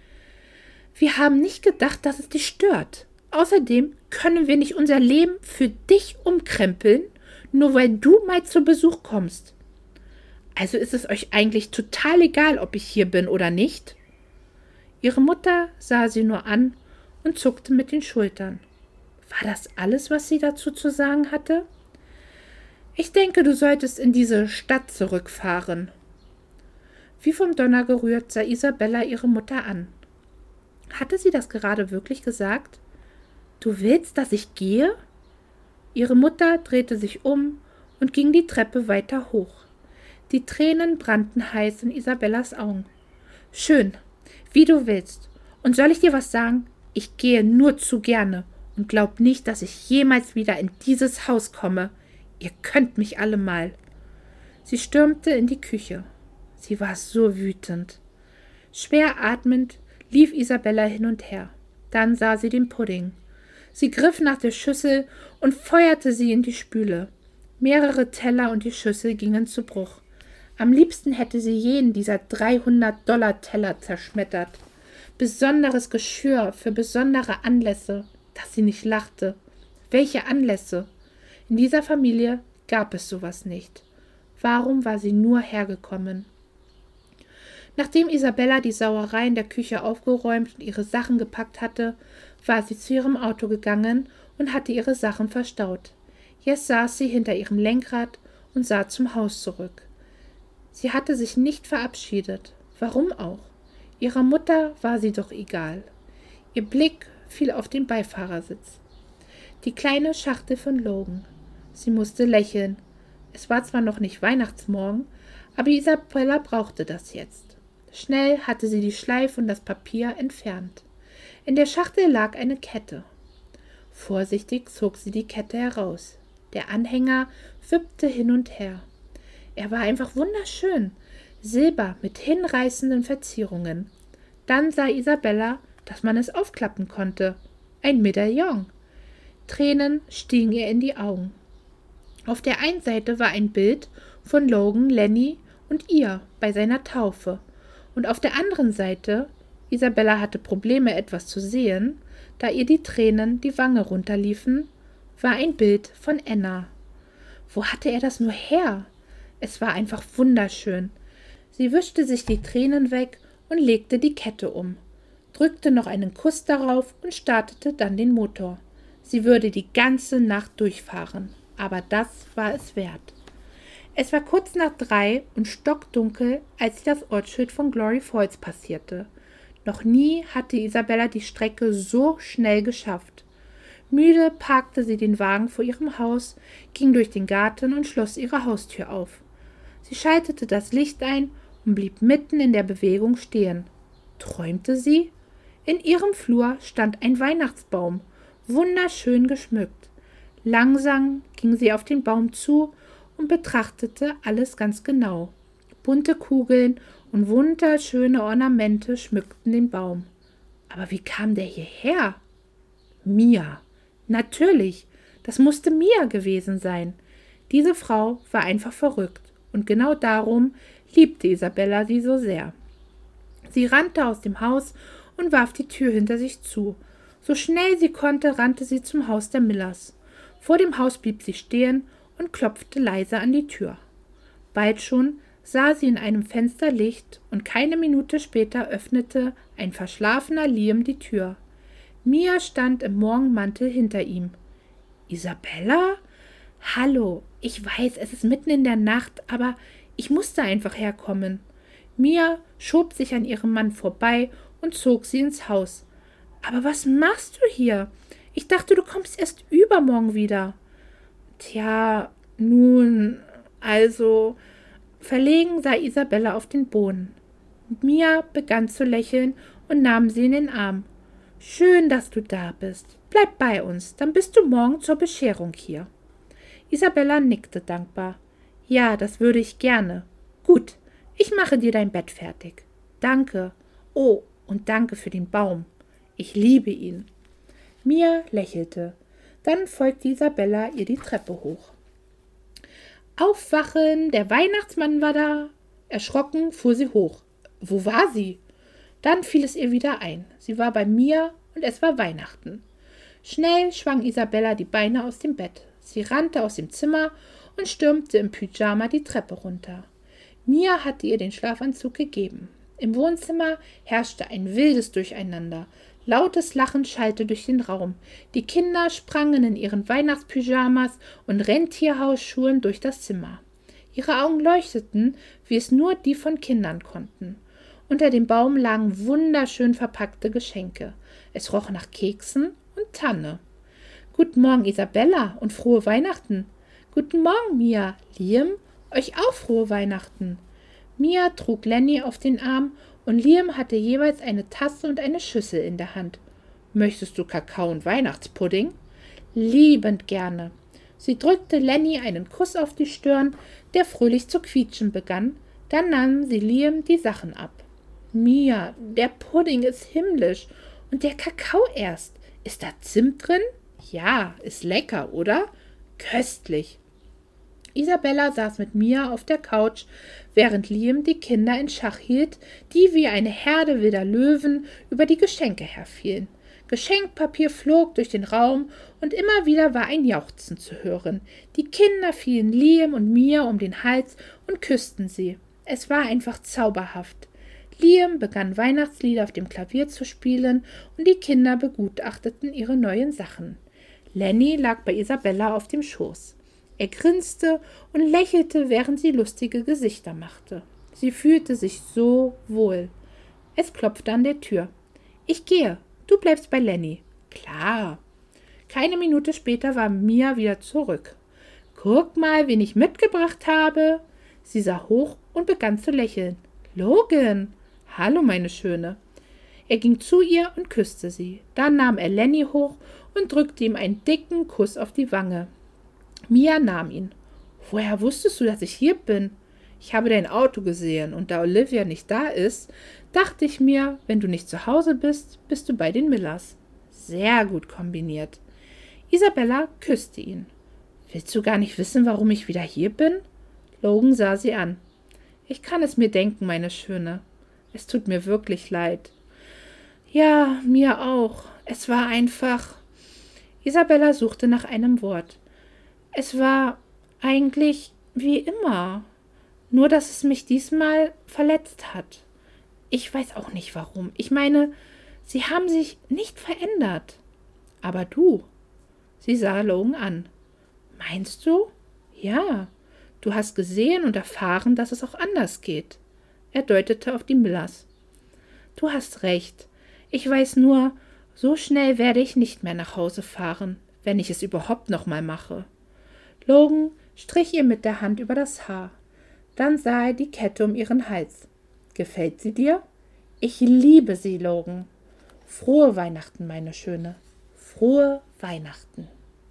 Wir haben nicht gedacht, dass es dich stört. Außerdem können wir nicht unser Leben für dich umkrempeln, nur weil du mal zu Besuch kommst. Also ist es euch eigentlich total egal, ob ich hier bin oder nicht? Ihre Mutter sah sie nur an und zuckte mit den Schultern. War das alles, was sie dazu zu sagen hatte? Ich denke, du solltest in diese Stadt zurückfahren. Wie vom Donner gerührt sah Isabella ihre Mutter an. Hatte sie das gerade wirklich gesagt? Du willst, dass ich gehe? Ihre Mutter drehte sich um und ging die Treppe weiter hoch. Die Tränen brannten heiß in Isabellas Augen. »Schön, wie du willst. Und soll ich dir was sagen? Ich gehe nur zu gerne und glaub nicht, dass ich jemals wieder in dieses Haus komme. Ihr könnt mich alle mal.« Sie stürmte in die Küche. Sie war so wütend. Schwer atmend lief Isabella hin und her. Dann sah sie den Pudding. Sie griff nach der Schüssel und feuerte sie in die Spüle. Mehrere Teller und die Schüssel gingen zu Bruch. Am liebsten hätte sie jeden dieser 300-Dollar-Teller zerschmettert. Besonderes Geschirr für besondere Anlässe, dass sie nicht lachte. Welche Anlässe? In dieser Familie gab es sowas nicht. Warum war sie nur hergekommen? Nachdem Isabella die Sauerei in der Küche aufgeräumt und ihre Sachen gepackt hatte, war sie zu ihrem Auto gegangen und hatte ihre Sachen verstaut. Jetzt saß sie hinter ihrem Lenkrad und sah zum Haus zurück. Sie hatte sich nicht verabschiedet. Warum auch? Ihrer Mutter war sie doch egal. Ihr Blick fiel auf den Beifahrersitz. Die kleine Schachtel von Logan. Sie musste lächeln. Es war zwar noch nicht Weihnachtsmorgen, aber Isabella brauchte das jetzt. Schnell hatte sie die Schleife und das Papier entfernt. In der Schachtel lag eine Kette. Vorsichtig zog sie die Kette heraus. Der Anhänger wippte hin und her. Er war einfach wunderschön. Silber mit hinreißenden Verzierungen. Dann sah Isabella, dass man es aufklappen konnte. Ein Medaillon. Tränen stiegen ihr in die Augen. Auf der einen Seite war ein Bild von Logan, Lenny und ihr bei seiner Taufe. Und auf der anderen Seite, Isabella hatte Probleme, etwas zu sehen, da ihr die Tränen die Wange runterliefen, war ein Bild von Anna. Wo hatte er das nur her? Es war einfach wunderschön. Sie wischte sich die Tränen weg und legte die Kette um, drückte noch einen Kuss darauf und startete dann den Motor. Sie würde die ganze Nacht durchfahren, aber das war es wert. Es war kurz nach 3 und stockdunkel, als sie das Ortsschild von Glory Falls passierte. Noch nie hatte Isabella die Strecke so schnell geschafft. Müde parkte sie den Wagen vor ihrem Haus, ging durch den Garten und schloss ihre Haustür auf. Sie schaltete das Licht ein und blieb mitten in der Bewegung stehen. Träumte sie? In ihrem Flur stand ein Weihnachtsbaum, wunderschön geschmückt. Langsam ging sie auf den Baum zu und betrachtete alles ganz genau. Bunte Kugeln und wunderschöne Ornamente schmückten den Baum. Aber wie kam der hierher? Mia. Natürlich, das musste Mia gewesen sein. Diese Frau war einfach verrückt und genau darum liebte Isabella sie so sehr. Sie rannte aus dem Haus und warf die Tür hinter sich zu. So schnell sie konnte, rannte sie zum Haus der Millers. Vor dem Haus blieb sie stehen und klopfte leise an die Tür. Bald schon sah sie in einem Fenster Licht und keine Minute später öffnete ein verschlafener Liam die Tür. Mia stand im Morgenmantel hinter ihm. »Isabella? Hallo, ich weiß, es ist mitten in der Nacht, aber ich musste einfach herkommen.« Mia schob sich an ihrem Mann vorbei und zog sie ins Haus. »Aber was machst du hier? Ich dachte, du kommst erst übermorgen wieder.« »Tja, nun, also...« Verlegen sah Isabella auf den Boden. Mia begann zu lächeln und nahm sie in den Arm. »Schön, dass du da bist. Bleib bei uns, dann bist du morgen zur Bescherung hier.« Isabella nickte dankbar. »Ja, das würde ich gerne. Gut, ich mache dir dein Bett fertig.« »Danke. Oh, und danke für den Baum. Ich liebe ihn.« Mia lächelte. Dann folgte Isabella ihr die Treppe hoch. »Aufwachen, der Weihnachtsmann war da!« Erschrocken fuhr sie hoch. Wo war sie? Dann fiel es ihr wieder ein. Sie war bei Mia und es war Weihnachten. Schnell schwang Isabella die Beine aus dem Bett. Sie rannte aus dem Zimmer und stürmte im Pyjama die Treppe runter. Mia hatte ihr den Schlafanzug gegeben. Im Wohnzimmer herrschte ein wildes Durcheinander. Lautes Lachen schallte durch den Raum. Die Kinder sprangen in ihren Weihnachtspyjamas und Rentierhausschuhen durch das Zimmer. Ihre Augen leuchteten, wie es nur die von Kindern konnten. Unter dem Baum lagen wunderschön verpackte Geschenke. Es roch nach Keksen und Tanne. »Guten Morgen, Isabella, und frohe Weihnachten!« »Guten Morgen, Mia. Liam, Euch auch frohe Weihnachten. Mia trug Lenny auf den Arm und Liam hatte jeweils eine Tasse und eine Schüssel in der Hand. Möchtest du Kakao und Weihnachtspudding? Liebend gerne. Sie drückte Lenny einen Kuss auf die Stirn, der fröhlich zu quietschen begann. Dann nahm sie Liam die Sachen ab. Mia, der Pudding ist himmlisch und der Kakao erst. Ist da Zimt drin? Ja, ist lecker, oder? Köstlich. Isabella saß mit Mia auf der Couch, während Liam die Kinder in Schach hielt, die wie eine Herde wilder Löwen über die Geschenke herfielen. Geschenkpapier flog durch den Raum und immer wieder war ein Jauchzen zu hören. Die Kinder fielen Liam und Mia um den Hals und küssten sie. Es war einfach zauberhaft. Liam begann Weihnachtslieder auf dem Klavier zu spielen und die Kinder begutachteten ihre neuen Sachen. Lenny lag bei Isabella auf dem Schoß. Er grinste und lächelte, während sie lustige Gesichter machte. Sie fühlte sich so wohl. Es klopfte an der Tür. »Ich gehe. Du bleibst bei Lenny.« »Klar.« Keine Minute später war Mia wieder zurück. »Guck mal, wen ich mitgebracht habe.« Sie sah hoch und begann zu lächeln. »Logan!« »Hallo, meine Schöne.« Er ging zu ihr und küsste sie. Dann nahm er Lenny hoch und drückte ihm einen dicken Kuss auf die Wange. Mia nahm ihn. »Woher wusstest du, dass ich hier bin?« »Ich habe dein Auto gesehen und da Olivia nicht da ist, dachte ich mir, wenn du nicht zu Hause bist, bist du bei den Millers.« »Sehr gut kombiniert.« Isabella küsste ihn. »Willst du gar nicht wissen, warum ich wieder hier bin?« Logan sah sie an. »Ich kann es mir denken, meine Schöne. Es tut mir wirklich leid.« »Ja, mir auch. Es war einfach...« Isabella suchte nach einem Wort. »Es war eigentlich wie immer. Nur, dass es mich diesmal verletzt hat. Ich weiß auch nicht warum. Ich meine, sie haben sich nicht verändert. Aber du.« Sie sah Logan an. »Meinst du?« »Ja. Du hast gesehen und erfahren, dass es auch anders geht.« Er deutete auf die Millers. »Du hast recht. Ich weiß nur, so schnell werde ich nicht mehr nach Hause fahren, wenn ich es überhaupt noch mal mache.« Logan strich ihr mit der Hand über das Haar. Dann sah er die Kette um ihren Hals. »Gefällt sie dir?« »Ich liebe sie, Logan.« »Frohe Weihnachten, meine Schöne. Frohe Weihnachten.«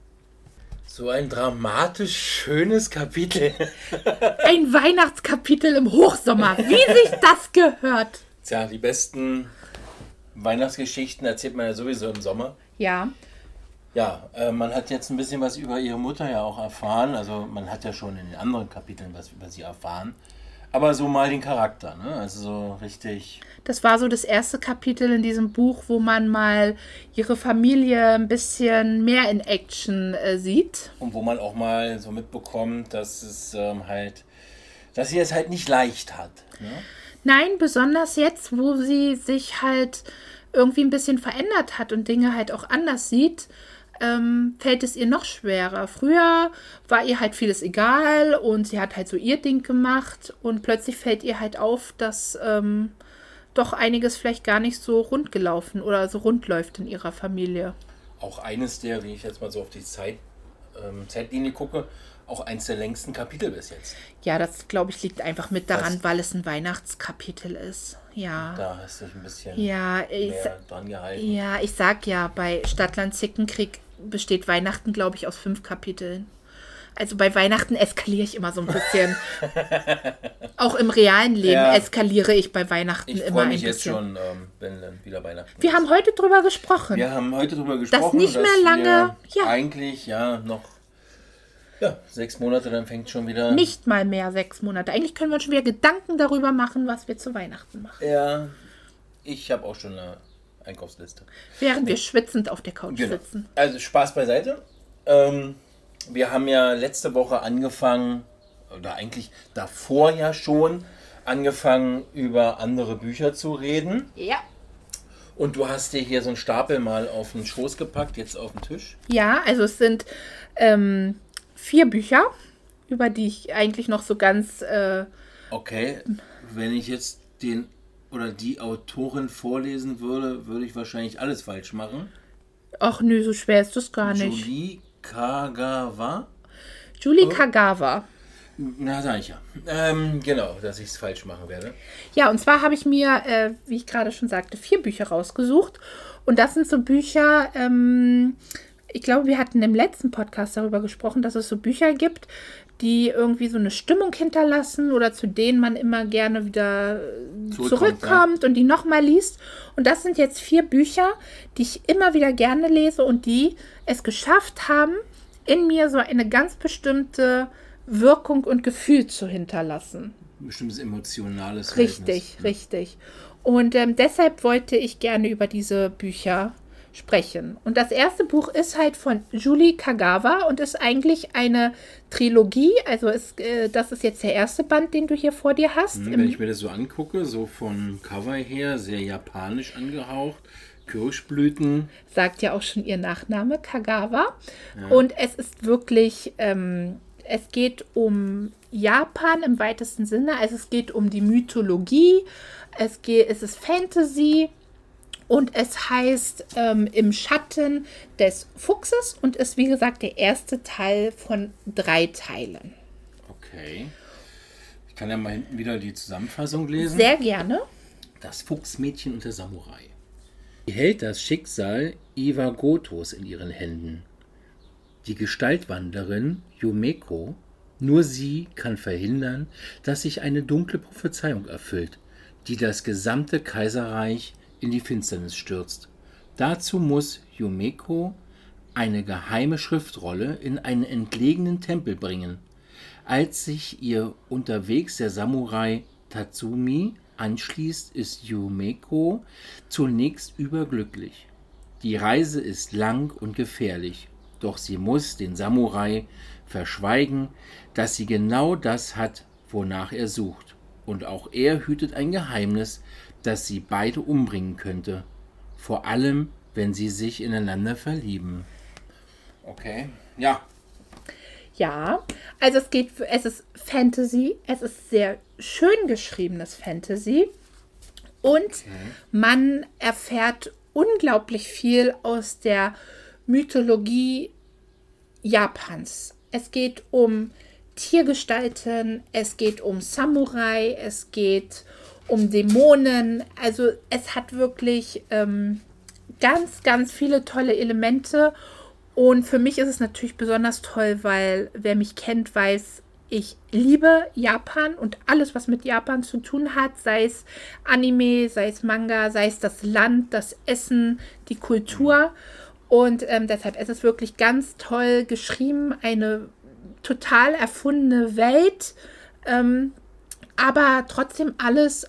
So ein dramatisch schönes Kapitel. Ein Weihnachtskapitel im Hochsommer, wie sich das gehört. Tja, die besten Weihnachtsgeschichten erzählt man ja sowieso im Sommer. Ja. Ja, man hat jetzt ein bisschen was über ihre Mutter ja auch erfahren. Also man hat ja schon in den anderen Kapiteln was über sie erfahren. Aber so mal den Charakter, ne? Also so richtig... Das war so das erste Kapitel in diesem Buch, wo man mal ihre Familie ein bisschen mehr in Action sieht. Und wo man auch mal so mitbekommt, dass es dass sie es halt nicht leicht hat. Ne? Nein, besonders jetzt, wo sie sich halt irgendwie ein bisschen verändert hat und Dinge halt auch anders sieht, fällt es ihr noch schwerer. Früher war ihr halt vieles egal und sie hat halt so ihr Ding gemacht und plötzlich fällt ihr halt auf, dass doch einiges vielleicht gar nicht so rund gelaufen oder so rund läuft in ihrer Familie. Auch eines der, wenn ich jetzt mal so auf die Zeitlinie gucke, auch eins der längsten Kapitel bis jetzt. Ja, das glaube ich liegt einfach mit daran, weil es ein Weihnachtskapitel ist. Ja. Da hast du dich ein bisschen mehr dran gehalten. Ja, ich sag ja, bei Stadtland Zickenkrieg besteht Weihnachten, glaube ich, aus 5 Kapiteln. Also bei Weihnachten eskaliere ich immer so ein bisschen. Auch im realen Leben eskaliere ich bei Weihnachten immer ein bisschen. Ich freue mich jetzt schon, wenn dann wieder Weihnachten ist. Wir haben heute drüber gesprochen. Das nicht mehr lange. Ja. Eigentlich, noch 6 Monate, dann fängt schon wieder... Nicht mal mehr 6 Monate. Eigentlich können wir uns schon wieder Gedanken darüber machen, was wir zu Weihnachten machen. Ja, ich habe auch schon eine Einkaufsliste. Während wir schwitzend auf der Couch sitzen. Also Spaß beiseite. Wir haben ja letzte Woche angefangen, oder eigentlich davor ja schon, angefangen über andere Bücher zu reden. Ja. Und du hast dir hier so einen Stapel mal auf den Schoß gepackt, jetzt auf den Tisch. Ja, also es sind 4 Bücher, über die ich eigentlich noch so ganz... Okay, wenn ich jetzt den oder die Autorin vorlesen würde, würde ich wahrscheinlich alles falsch machen. Ach nö, so schwer ist das gar nicht. Julie Kagawa. Julie Kagawa. Na, sag ich ja. Genau, dass ich es falsch machen werde. Ja, und zwar habe ich mir, wie ich gerade schon sagte, 4 Bücher rausgesucht. Und das sind so Bücher, ich glaube, wir hatten im letzten Podcast darüber gesprochen, dass es so Bücher gibt, die irgendwie so eine Stimmung hinterlassen oder zu denen man immer gerne wieder zurückkommt und die nochmal liest. Und das sind jetzt 4 Bücher, die ich immer wieder gerne lese und die es geschafft haben, in mir so eine ganz bestimmte Wirkung und Gefühl zu hinterlassen. Ein bestimmtes emotionales Richtig, Verhältnis. richtig. Und deshalb wollte ich gerne über diese Bücher sprechen. Und das erste Buch ist halt von Julie Kagawa und ist eigentlich eine Trilogie. Also das ist jetzt der erste Band, den du hier vor dir hast. Wenn ich mir das so angucke, so vom Cover her, sehr japanisch angehaucht, Kirschblüten. Sagt ja auch schon ihr Nachname, Kagawa. Ja. Und es ist wirklich, es geht um Japan im weitesten Sinne. Also es geht um die Mythologie, es ist Fantasy und es heißt Im Schatten des Fuchses und ist, wie gesagt, der erste Teil von 3 Teilen. Okay. Ich kann ja mal hinten wieder die Zusammenfassung lesen. Sehr gerne. Das Fuchsmädchen und der Samurai. Sie hält das Schicksal Iwagotos in ihren Händen. Die Gestaltwanderin Yumeko, nur sie kann verhindern, dass sich eine dunkle Prophezeiung erfüllt, die das gesamte Kaiserreich in die Finsternis stürzt. Dazu muss Yumeko eine geheime Schriftrolle in einen entlegenen Tempel bringen. Als sich ihr unterwegs der Samurai Tatsumi anschließt, ist Yumeko zunächst überglücklich. Die Reise ist lang und gefährlich, doch sie muss den Samurai verschweigen, dass sie genau das hat, wonach er sucht. Und auch er hütet ein Geheimnis, das sie beide umbringen könnte. Vor allem, wenn sie sich ineinander verlieben. Okay, ja. Ja, also es ist Fantasy, es ist sehr schön geschriebenes Fantasy und man erfährt unglaublich viel aus der Mythologie Japans. Es geht um Tiergestalten, es geht um Samurai, es geht um Dämonen. Also es hat wirklich ganz, ganz viele tolle Elemente. Und für mich ist es natürlich besonders toll, weil wer mich kennt, weiß, ich liebe Japan und alles, was mit Japan zu tun hat, sei es Anime, sei es Manga, sei es das Land, das Essen, die Kultur. Und deshalb ist es wirklich ganz toll geschrieben, eine total erfundene Welt, aber trotzdem alles,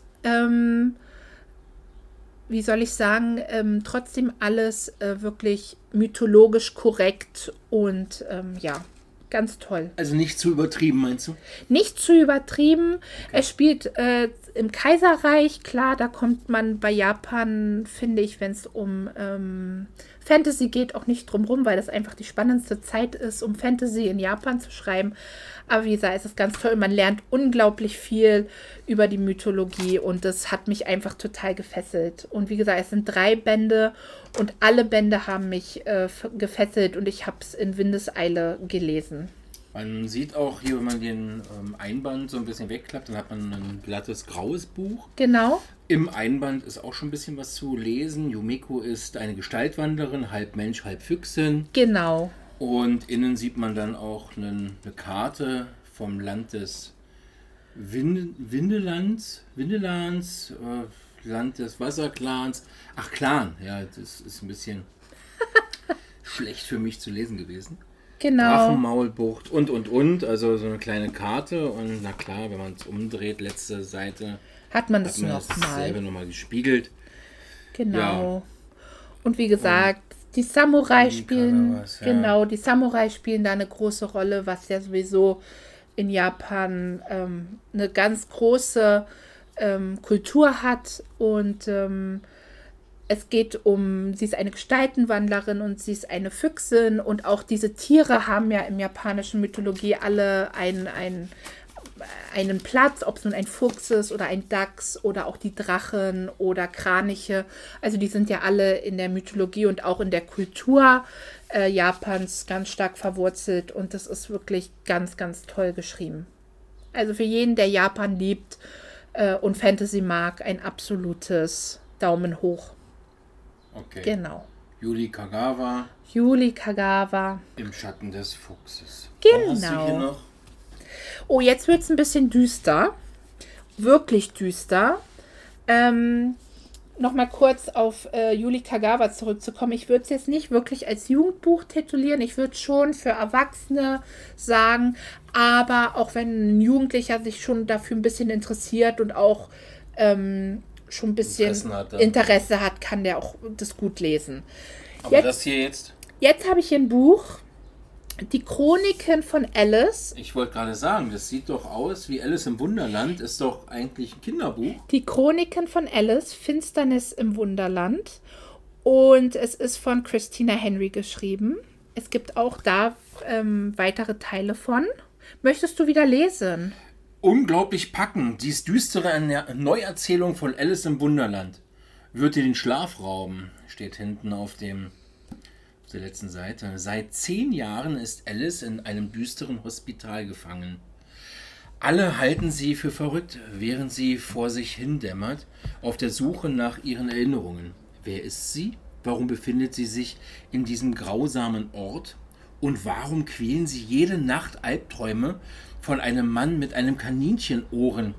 wie soll ich sagen, trotzdem alles wirklich mythologisch korrekt und ja, ganz toll. Also nicht zu übertrieben, meinst du? Nicht zu übertrieben. Okay. Es spielt im Kaiserreich, klar, da kommt man bei Japan, finde ich, wenn es um Fantasy geht, auch nicht drum rum, weil das einfach die spannendste Zeit ist, um Fantasy in Japan zu schreiben. Aber wie gesagt, es ist ganz toll. Man lernt unglaublich viel über die Mythologie und das hat mich einfach total gefesselt. Und wie gesagt, es sind 3 Bände und alle Bände haben mich gefesselt und ich habe es in Windeseile gelesen. Man sieht auch hier, wenn man den Einband so ein bisschen wegklappt, dann hat man ein glattes graues Buch. Genau. Im Einband ist auch schon ein bisschen was zu lesen. Yumeko ist eine Gestaltwanderin, halb Mensch, halb Füchsin. Genau. Und innen sieht man dann auch eine Karte vom Land des Windelands, Land des Wasserclans. Ach, Clan, ja, das ist ein bisschen schlecht für mich zu lesen gewesen. Genau. Drachenmaulbucht und. Also so eine kleine Karte. Und na klar, wenn man es umdreht, letzte Seite, hat man das dasselbe nochmal gespiegelt. Genau. Ja. Und wie gesagt, die Samurai spielen, die Samurai spielen da eine große Rolle, was ja sowieso in Japan eine ganz große Kultur hat. Und es geht sie ist eine Gestaltenwandlerin und sie ist eine Füchsin und auch diese Tiere haben ja im japanischen Mythologie alle einen Platz, ob es nun ein Fuchs ist oder ein Dachs oder auch die Drachen oder Kraniche. Also die sind ja alle in der Mythologie und auch in der Kultur Japans ganz stark verwurzelt und das ist wirklich ganz, ganz toll geschrieben. Also für jeden, der Japan liebt und Fantasy mag, ein absolutes Daumen hoch. Okay. Genau. Yuri Kagawa. Yuri Kagawa. Im Schatten des Fuchses. Genau. Was hast du hier noch? Oh, jetzt wird es ein bisschen düster. Wirklich düster. Nochmal kurz auf Yuri Kagawa zurückzukommen. Ich würde es jetzt nicht wirklich als Jugendbuch titulieren. Ich würde schon für Erwachsene sagen, aber auch wenn ein Jugendlicher sich schon dafür ein bisschen interessiert und auch schon ein bisschen Interesse hat, kann der auch das gut lesen. Aber jetzt, das hier jetzt? Jetzt habe ich hier ein Buch, Die Chroniken von Alice. Ich wollte gerade sagen, das sieht doch aus wie Alice im Wunderland. Ist doch eigentlich ein Kinderbuch. Die Chroniken von Alice, Finsternis im Wunderland. Und es ist von Christina Henry geschrieben. Es gibt auch da weitere Teile von. Möchtest du wieder lesen? Unglaublich packend. Dies düstere Neuerzählung von Alice im Wunderland wird dir den Schlaf rauben, steht hinten auf der letzten Seite. Seit 10 Jahren ist Alice in einem düsteren Hospital gefangen. Alle halten sie für verrückt, während sie vor sich hindämmert, auf der Suche nach ihren Erinnerungen. Wer ist sie? Warum befindet sie sich in diesem grausamen Ort? Und warum quälen sie jede Nacht Albträume von einem Mann mit einem Kaninchenohren?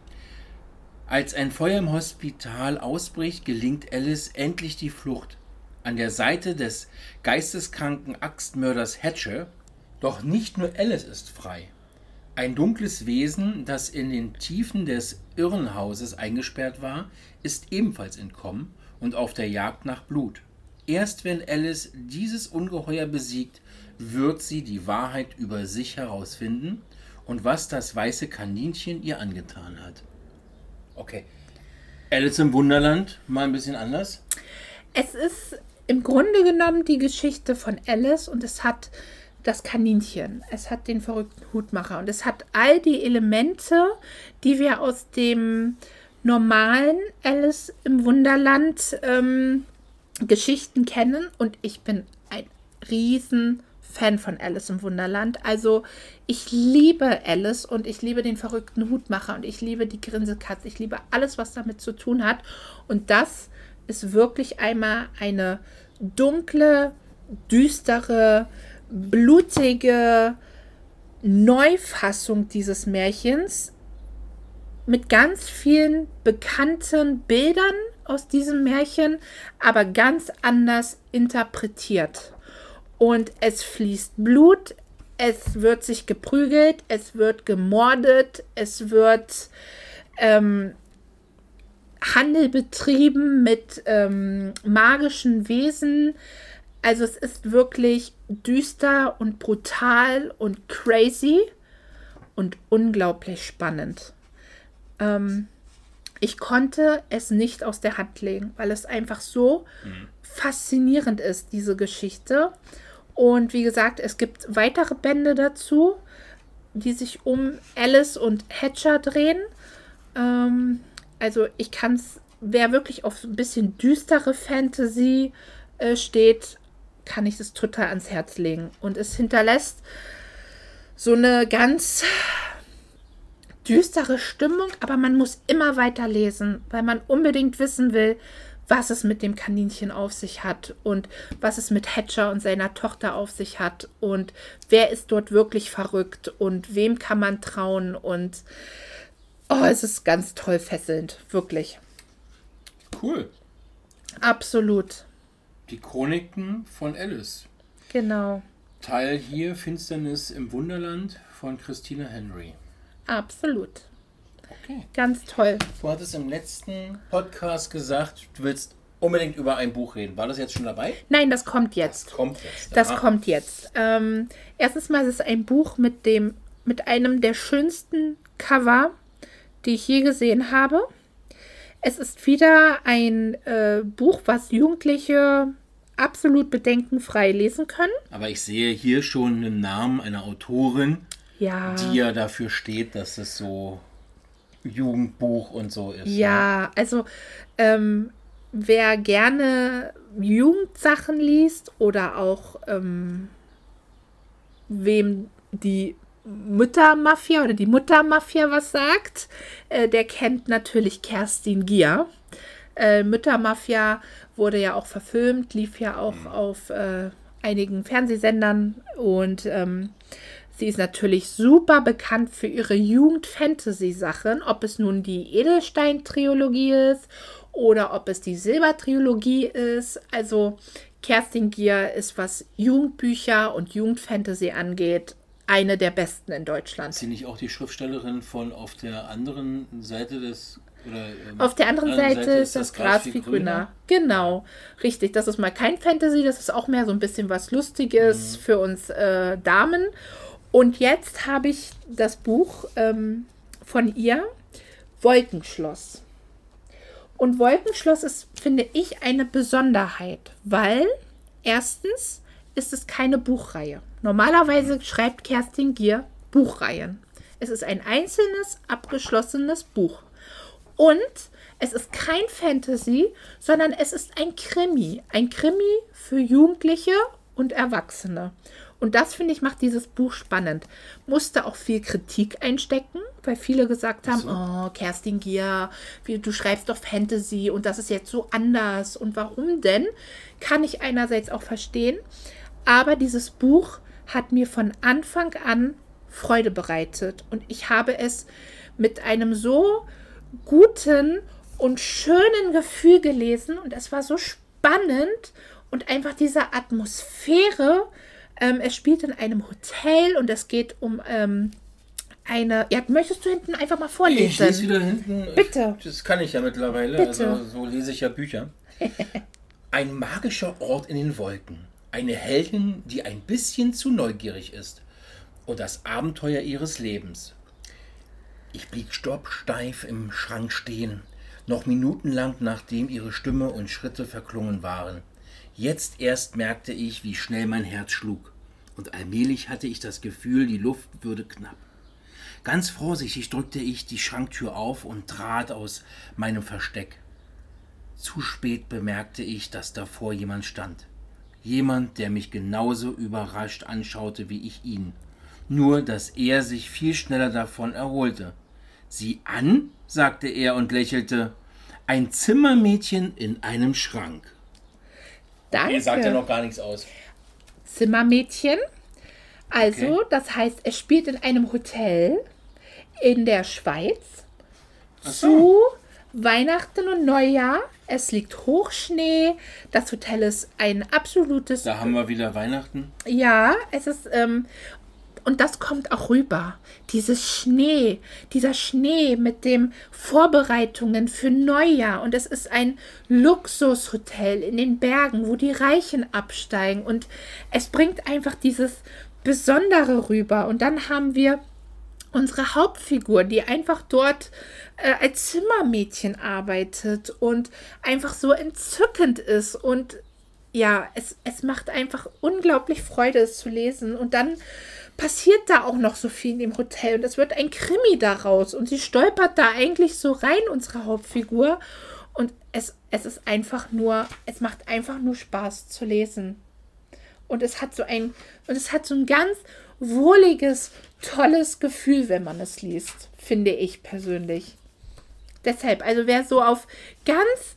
Als ein Feuer im Hospital ausbricht, gelingt Alice endlich die Flucht. An der Seite des geisteskranken Axtmörders Hatcher. Doch nicht nur Alice ist frei. Ein dunkles Wesen, das in den Tiefen des Irrenhauses eingesperrt war, ist ebenfalls entkommen und auf der Jagd nach Blut. Erst wenn Alice dieses Ungeheuer besiegt, wird sie die Wahrheit über sich herausfinden und was das weiße Kaninchen ihr angetan hat. Okay. Alice im Wunderland, mal ein bisschen anders. Es ist im Grunde genommen die Geschichte von Alice und es hat das Kaninchen, es hat den verrückten Hutmacher und es hat all die Elemente, die wir aus dem normalen Alice im Wunderland Geschichten kennen, und ich bin ein riesen Fan von Alice im Wunderland. Also ich liebe Alice und ich liebe den verrückten Hutmacher und ich liebe die Grinsekatze. Ich liebe alles, was damit zu tun hat. Und das ist wirklich einmal eine dunkle, düstere, blutige Neufassung dieses Märchens mit ganz vielen bekannten Bildern aus diesem Märchen, aber ganz anders interpretiert. Und es fließt Blut, es wird sich geprügelt, es wird gemordet, es wird Handel betrieben mit magischen Wesen. Also es ist wirklich düster und brutal und crazy und unglaublich spannend. Ich konnte es nicht aus der Hand legen, weil es einfach so faszinierend ist, diese Geschichte. Und wie gesagt, es gibt weitere Bände dazu, die sich um Alice und Hatcher drehen. Also ich kann es, wer wirklich auf ein bisschen düstere Fantasy steht, kann ich das total ans Herz legen. Und es hinterlässt so eine ganz düstere Stimmung, aber man muss immer weiter lesen, weil man unbedingt wissen will, was es mit dem Kaninchen auf sich hat und was es mit Hatcher und seiner Tochter auf sich hat und wer ist dort wirklich verrückt und wem kann man trauen, und es ist ganz toll fesselnd, wirklich. Cool. Absolut. Die Chroniken von Alice. Genau. Teil hier Finsternis im Wunderland von Christina Henry. Absolut. Okay. Ganz toll. Du hattest im letzten Podcast gesagt, du willst unbedingt über ein Buch reden. War das jetzt schon dabei? Nein, das kommt jetzt. Das kommt jetzt. Erstens mal ist es ein Buch mit einem der schönsten Cover, die ich je gesehen habe. Es ist wieder ein Buch, was Jugendliche absolut bedenkenfrei lesen können. Aber ich sehe hier schon einen Namen einer Autorin, ja, die ja dafür steht, dass es so Jugendbuch und so ist. Ja, ne? Also wer gerne Jugendsachen liest oder auch wem die Müttermafia oder die Muttermafia was sagt, der kennt natürlich Kerstin Gier. Müttermafia wurde ja auch verfilmt, lief ja auch auf einigen Fernsehsendern und sie ist natürlich super bekannt für ihre Jugend-Fantasy-Sachen, ob es nun die Edelstein-Trilogie ist oder ob es die Silber-Trilogie ist. Also Kerstin Gier ist, was Jugendbücher und Jugendfantasy angeht, eine der besten in Deutschland. Ist sie nicht auch die Schriftstellerin von Auf der anderen Seite des... Oder, auf der anderen Seite ist das Gras viel grüner. Genau, richtig. Das ist mal kein Fantasy, das ist auch mehr so ein bisschen was Lustiges für uns Damen. Und jetzt habe ich das Buch von ihr, Wolkenschloss. Und Wolkenschloss ist, finde ich, eine Besonderheit, weil erstens ist es keine Buchreihe. Normalerweise schreibt Kerstin Gier Buchreihen. Es ist ein einzelnes, abgeschlossenes Buch. Und es ist kein Fantasy, sondern es ist ein Krimi. Ein Krimi für Jugendliche und Erwachsene. Und das, finde ich, macht dieses Buch spannend. Musste auch viel Kritik einstecken, weil viele gesagt haben, oh, Kerstin Gier, du schreibst doch Fantasy und das ist jetzt so anders. Und warum denn? Kann ich einerseits auch verstehen. Aber dieses Buch hat mir von Anfang an Freude bereitet. Und ich habe es mit einem so guten und schönen Gefühl gelesen. Und es war so spannend und einfach diese Atmosphäre. Es spielt in einem Hotel und es geht um eine... Ja, möchtest du hinten einfach mal vorlesen? Ich lese wieder hinten. Bitte. Das kann ich ja mittlerweile. Bitte. Also so lese ich ja Bücher. Ein magischer Ort in den Wolken. Eine Heldin, die ein bisschen zu neugierig ist. Und das Abenteuer ihres Lebens. Ich blieb stocksteif im Schrank stehen, noch minutenlang nachdem ihre Stimme und Schritte verklungen waren. Jetzt erst merkte ich, wie schnell mein Herz schlug. Und allmählich hatte ich das Gefühl, die Luft würde knapp. Ganz vorsichtig drückte ich die Schranktür auf und trat aus meinem Versteck. Zu spät bemerkte ich, dass davor jemand stand. Jemand, der mich genauso überrascht anschaute wie ich ihn. Nur, dass er sich viel schneller davon erholte. »Sieh an«, sagte er und lächelte, »ein Zimmermädchen in einem Schrank.« Danke. Er sagt ja noch gar nichts aus. Zimmermädchen. Also, okay. Das heißt, es spielt in einem Hotel in der Schweiz zu Weihnachten und Neujahr. Es liegt Hochschnee. Das Hotel ist ein absolutes... Da haben wir wieder Weihnachten. Ja, es ist... und das kommt auch rüber. Dieser Schnee mit den Vorbereitungen für Neujahr. Und es ist ein Luxushotel in den Bergen, wo die Reichen absteigen. Und es bringt einfach dieses Besondere rüber. Und dann haben wir unsere Hauptfigur, die einfach dort als Zimmermädchen arbeitet und einfach so entzückend ist. Und ja, es macht einfach unglaublich Freude, es zu lesen. Und dann passiert da auch noch so viel in dem Hotel und es wird ein Krimi daraus und sie stolpert da eigentlich so rein, unsere Hauptfigur, und es ist einfach nur, es macht einfach nur Spaß zu lesen und es hat so ein ganz wohliges, tolles Gefühl, wenn man es liest, finde ich persönlich. Deshalb, also wer so auf ganz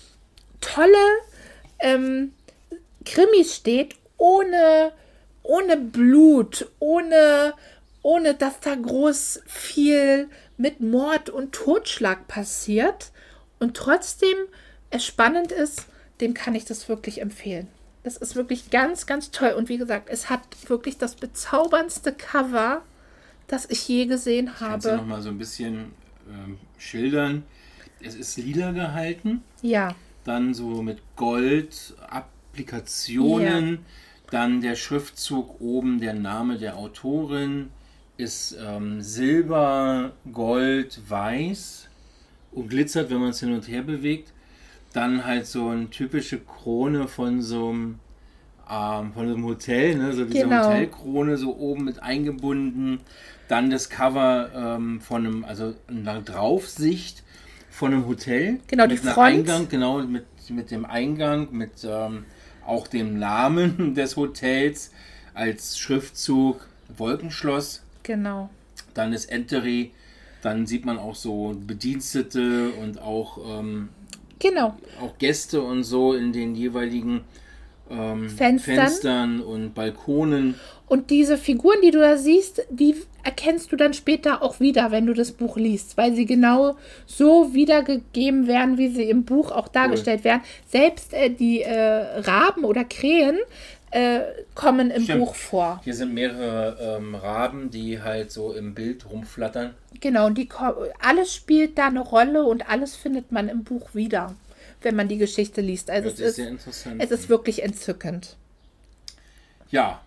tolle Krimis steht, ohne Blut, ohne dass da groß viel mit Mord und Totschlag passiert und trotzdem es spannend ist, dem kann ich das wirklich empfehlen. Das ist wirklich ganz, ganz toll. Und wie gesagt, es hat wirklich das bezauberndste Cover, das ich je gesehen habe. Kannst du noch mal so ein bisschen schildern? Es ist lila gehalten. Ja. Dann so mit Gold, Applikationen. Ja. Dann der Schriftzug oben, der Name der Autorin ist Silber, Gold, Weiß und glitzert, wenn man es hin und her bewegt. Dann halt so eine typische Krone von so einem Hotel, ne? So diese Hotelkrone so oben mit eingebunden. Dann das Cover also eine Draufsicht von einem Hotel. Genau, mit die Front. Eingang, genau, mit dem Eingang, mit auch dem Namen des Hotels als Schriftzug Wolkenschloss. Genau. Dann ist Enteri, dann sieht man auch so Bedienstete und auch, Genau. auch Gäste und so in den jeweiligen Fenstern und Balkonen. Und diese Figuren, die du da siehst, die erkennst du dann später auch wieder, wenn du das Buch liest, weil sie genau so wiedergegeben werden, wie sie im Buch auch dargestellt werden. Selbst die Raben oder Krähen kommen im Buch vor. Hier sind mehrere Raben, die halt so im Bild rumflattern. Genau, und alles spielt da eine Rolle und alles findet man im Buch wieder, wenn man die Geschichte liest. Also das ist sehr interessant. Es ist wirklich entzückend. Ja.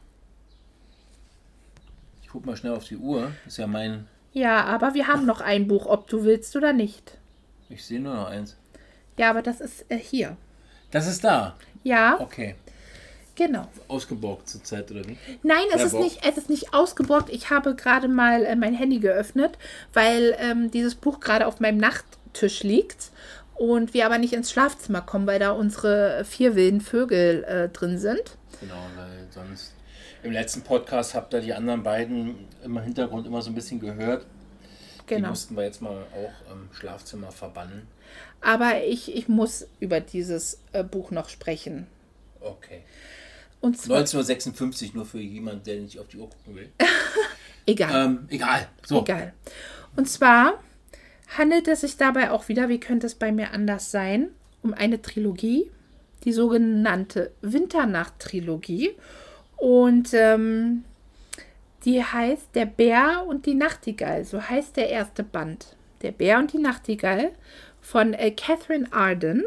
Ich guck mal schnell auf die Uhr. Das ist ja mein... Ja, aber wir haben noch ein Buch, ob du willst oder nicht. Ich sehe nur noch eins. Ja, aber das ist hier. Das ist da? Ja. Okay. Genau. Ausgeborgt zurzeit, oder wie? Nein, es ist nicht ausgeborgt. Ich habe gerade mal mein Handy geöffnet, weil dieses Buch gerade auf meinem Nachttisch liegt und wir aber nicht ins Schlafzimmer kommen, weil da unsere 4 wilden Vögel drin sind. Genau, weil sonst... Im letzten Podcast habt ihr die anderen beiden im Hintergrund immer so ein bisschen gehört. Genau. Die mussten wir jetzt mal auch im Schlafzimmer verbannen. Aber ich muss über dieses Buch noch sprechen. Okay. Und zwar 1956, nur für jemanden, der nicht auf die Uhr gucken will. Egal. Egal. So. Egal. Und zwar handelt es sich dabei auch wieder, wie könnte es bei mir anders sein, um eine Trilogie, die sogenannte Winternacht-Trilogie. Und die heißt Der Bär und die Nachtigall. So heißt der erste Band. Der Bär und die Nachtigall von Catherine Arden.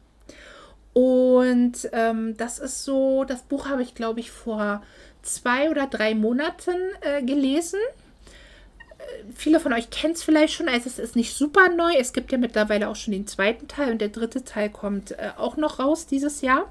Und das ist so, das Buch habe ich, glaube ich, vor 2 oder 3 Monaten gelesen. Viele von euch kennen es vielleicht schon, also es ist nicht super neu. Es gibt ja mittlerweile auch schon den 2. Teil und der 3. Teil kommt auch noch raus dieses Jahr.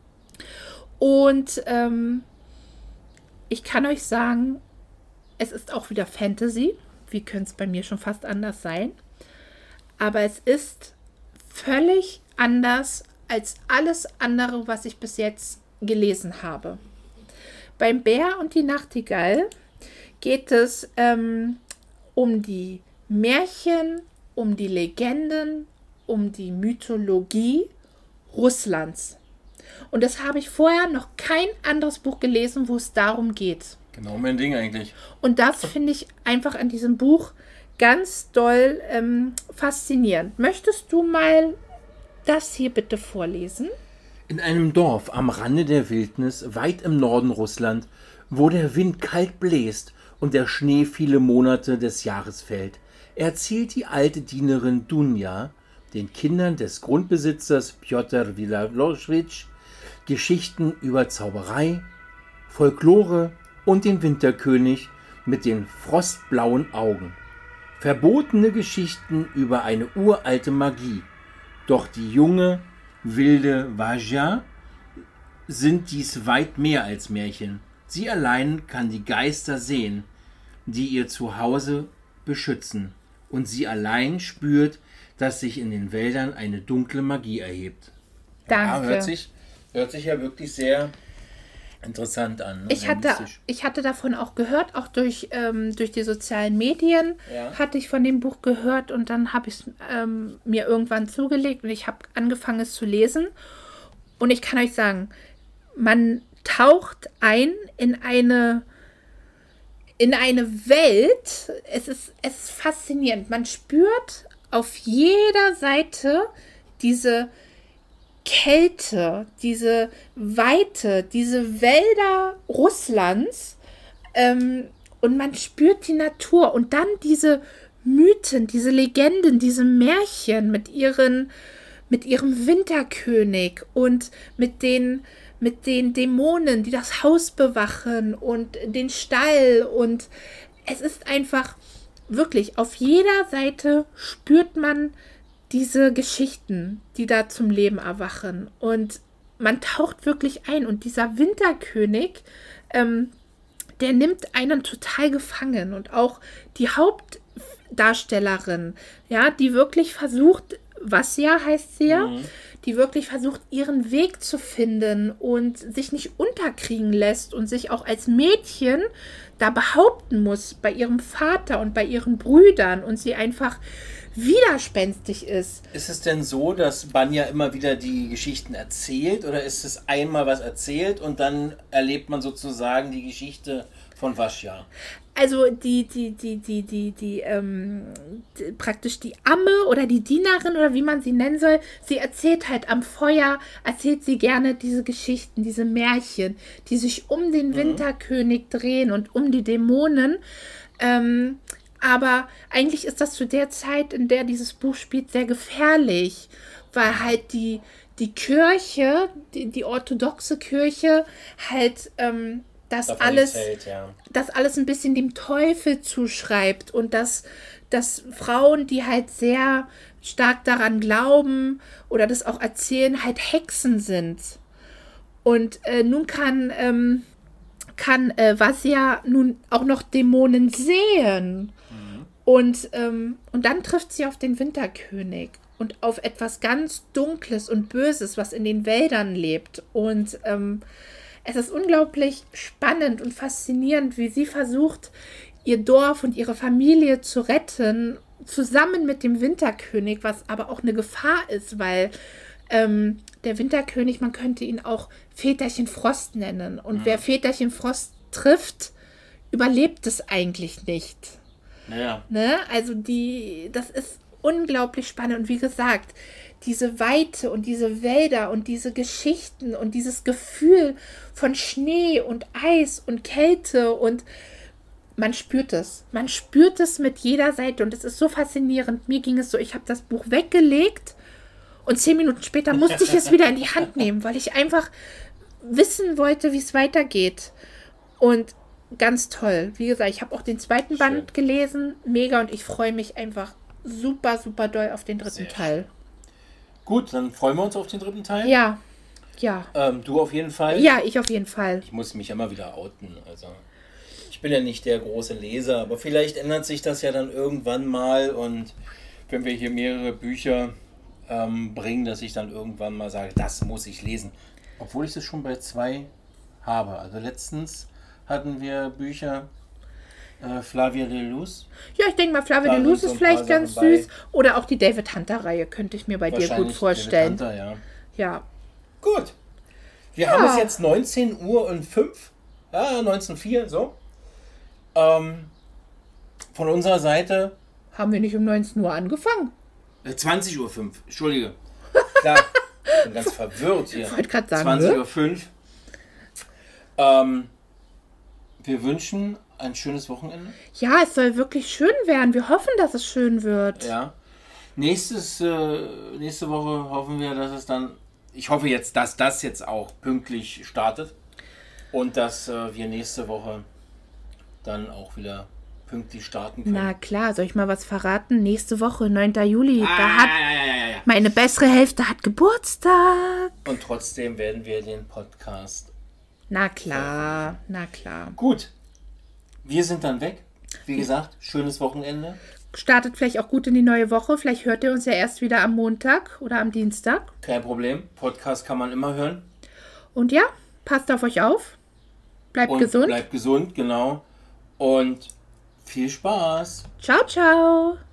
Und ich kann euch sagen, es ist auch wieder Fantasy. Wie könnte es bei mir schon fast anders sein? Aber es ist völlig anders als alles andere, was ich bis jetzt gelesen habe. Beim Bär und die Nachtigall geht es um die Märchen, um die Legenden, um die Mythologie Russlands. Und das habe ich vorher noch kein anderes Buch gelesen, wo es darum geht. Genau mein Ding eigentlich. Und das finde ich einfach an diesem Buch ganz doll faszinierend. Möchtest du mal das hier bitte vorlesen? In einem Dorf am Rande der Wildnis, weit im Norden Russland, wo der Wind kalt bläst und der Schnee viele Monate des Jahres fällt, erzählt die alte Dienerin Dunja den Kindern des Grundbesitzers Pjotr Wilawlowitsch Geschichten über Zauberei, Folklore und den Winterkönig mit den frostblauen Augen. Verbotene Geschichten über eine uralte Magie. Doch die junge, wilde Vaja sind dies weit mehr als Märchen. Sie allein kann die Geister sehen, die ihr Zuhause beschützen. Und sie allein spürt, dass sich in den Wäldern eine dunkle Magie erhebt. Danke. Ja, hört sich ja wirklich sehr interessant an. Ne? Ich hatte davon auch gehört, auch durch die sozialen Medien hatte ich von dem Buch gehört und dann habe ich es mir irgendwann zugelegt und ich habe angefangen es zu lesen. Und ich kann euch sagen, man taucht ein in eine Welt. Es ist faszinierend. Man spürt auf jeder Seite diese Kälte, diese Weite, diese Wälder Russlands und man spürt die Natur und dann diese Mythen, diese Legenden, diese Märchen mit ihrem Winterkönig und mit den Dämonen, die das Haus bewachen und den Stall und es ist einfach wirklich, auf jeder Seite spürt man diese Geschichten, die da zum Leben erwachen. Und man taucht wirklich ein. Und dieser Winterkönig, der nimmt einen total gefangen. Und auch die Hauptdarstellerin, ja, die wirklich versucht, Vasja heißt sie ja, die wirklich versucht, ihren Weg zu finden und sich nicht unterkriegen lässt und sich auch als Mädchen da behaupten muss bei ihrem Vater und bei ihren Brüdern und sie einfach widerspenstig ist. Ist es denn so, dass Banya immer wieder die Geschichten erzählt oder ist es einmal was erzählt und dann erlebt man sozusagen die Geschichte von Vasya? Also praktisch die Amme oder die Dienerin oder wie man sie nennen soll, sie erzählt halt am Feuer, erzählt sie gerne diese Geschichten, diese Märchen, die sich um den Winterkönig drehen und um die Dämonen. Aber eigentlich ist das zu der Zeit, in der dieses Buch spielt, sehr gefährlich, weil halt die Kirche, die orthodoxe Kirche halt das alles ein bisschen dem Teufel zuschreibt und dass Frauen, die halt sehr stark daran glauben oder das auch erzählen, halt Hexen sind. Und nun kann Vasya nun auch noch Dämonen sehen. Und dann trifft sie auf den Winterkönig und auf etwas ganz Dunkles und Böses, was in den Wäldern lebt. Und es ist unglaublich spannend und faszinierend, wie sie versucht, ihr Dorf und ihre Familie zu retten, zusammen mit dem Winterkönig, was aber auch eine Gefahr ist, weil der Winterkönig, man könnte ihn auch Väterchen Frost nennen. Und wer Väterchen Frost trifft, überlebt es eigentlich nicht. Ja. Ne? Also das ist unglaublich spannend. Und wie gesagt, diese Weite und diese Wälder und diese Geschichten und dieses Gefühl von Schnee und Eis und Kälte und man spürt es. Man spürt es mit jeder Seite und es ist so faszinierend. Mir ging es so, ich habe das Buch weggelegt und 10 Minuten später musste ich es wieder in die Hand nehmen, weil ich einfach wissen wollte, wie es weitergeht. Und ganz toll. Wie gesagt, ich habe auch den zweiten Band gelesen. Mega und ich freue mich einfach super, super doll auf den dritten Teil. Gut, dann freuen wir uns auf den dritten Teil. Ja. Du auf jeden Fall? Ja, ich auf jeden Fall. Ich muss mich immer wieder outen. Also ich bin ja nicht der große Leser, aber vielleicht ändert sich das ja dann irgendwann mal und wenn wir hier mehrere Bücher bringen, dass ich dann irgendwann mal sage, das muss ich lesen. Obwohl ich das schon bei 2 habe. Also letztens hatten wir Bücher Flavia de Luz. Ja, ich denke mal, Flavia de Luz ist vielleicht ganz süß. Oder auch die David Hunter-Reihe könnte ich mir bei dir gut vorstellen. David Hunter, ja. Gut. Wir haben es jetzt 19 Uhr und 5. Ja, 19.04, so. Von unserer Seite. Haben wir nicht um 19 Uhr angefangen? 20.05 Uhr, Entschuldige. Klar, ich bin ganz verwirrt hier. Ich wollte gerade sagen, 20.05 Uhr. Wir wünschen ein schönes Wochenende. Ja, es soll wirklich schön werden. Wir hoffen, dass es schön wird. Ja. Nächste Woche hoffen wir, dass es dann... Ich hoffe jetzt, dass das jetzt auch pünktlich startet. Und dass wir nächste Woche dann auch wieder pünktlich starten können. Na klar, soll ich mal was verraten? Nächste Woche, 9. Juli, meine bessere Hälfte hat Geburtstag. Und trotzdem werden wir den Podcast... Na klar. Gut, wir sind dann weg. Wie gesagt, schönes Wochenende. Startet vielleicht auch gut in die neue Woche. Vielleicht hört ihr uns ja erst wieder am Montag oder am Dienstag. Kein Problem, Podcast kann man immer hören. Und ja, passt auf euch auf. Bleibt gesund. Bleibt gesund, genau. Und viel Spaß. Ciao, ciao.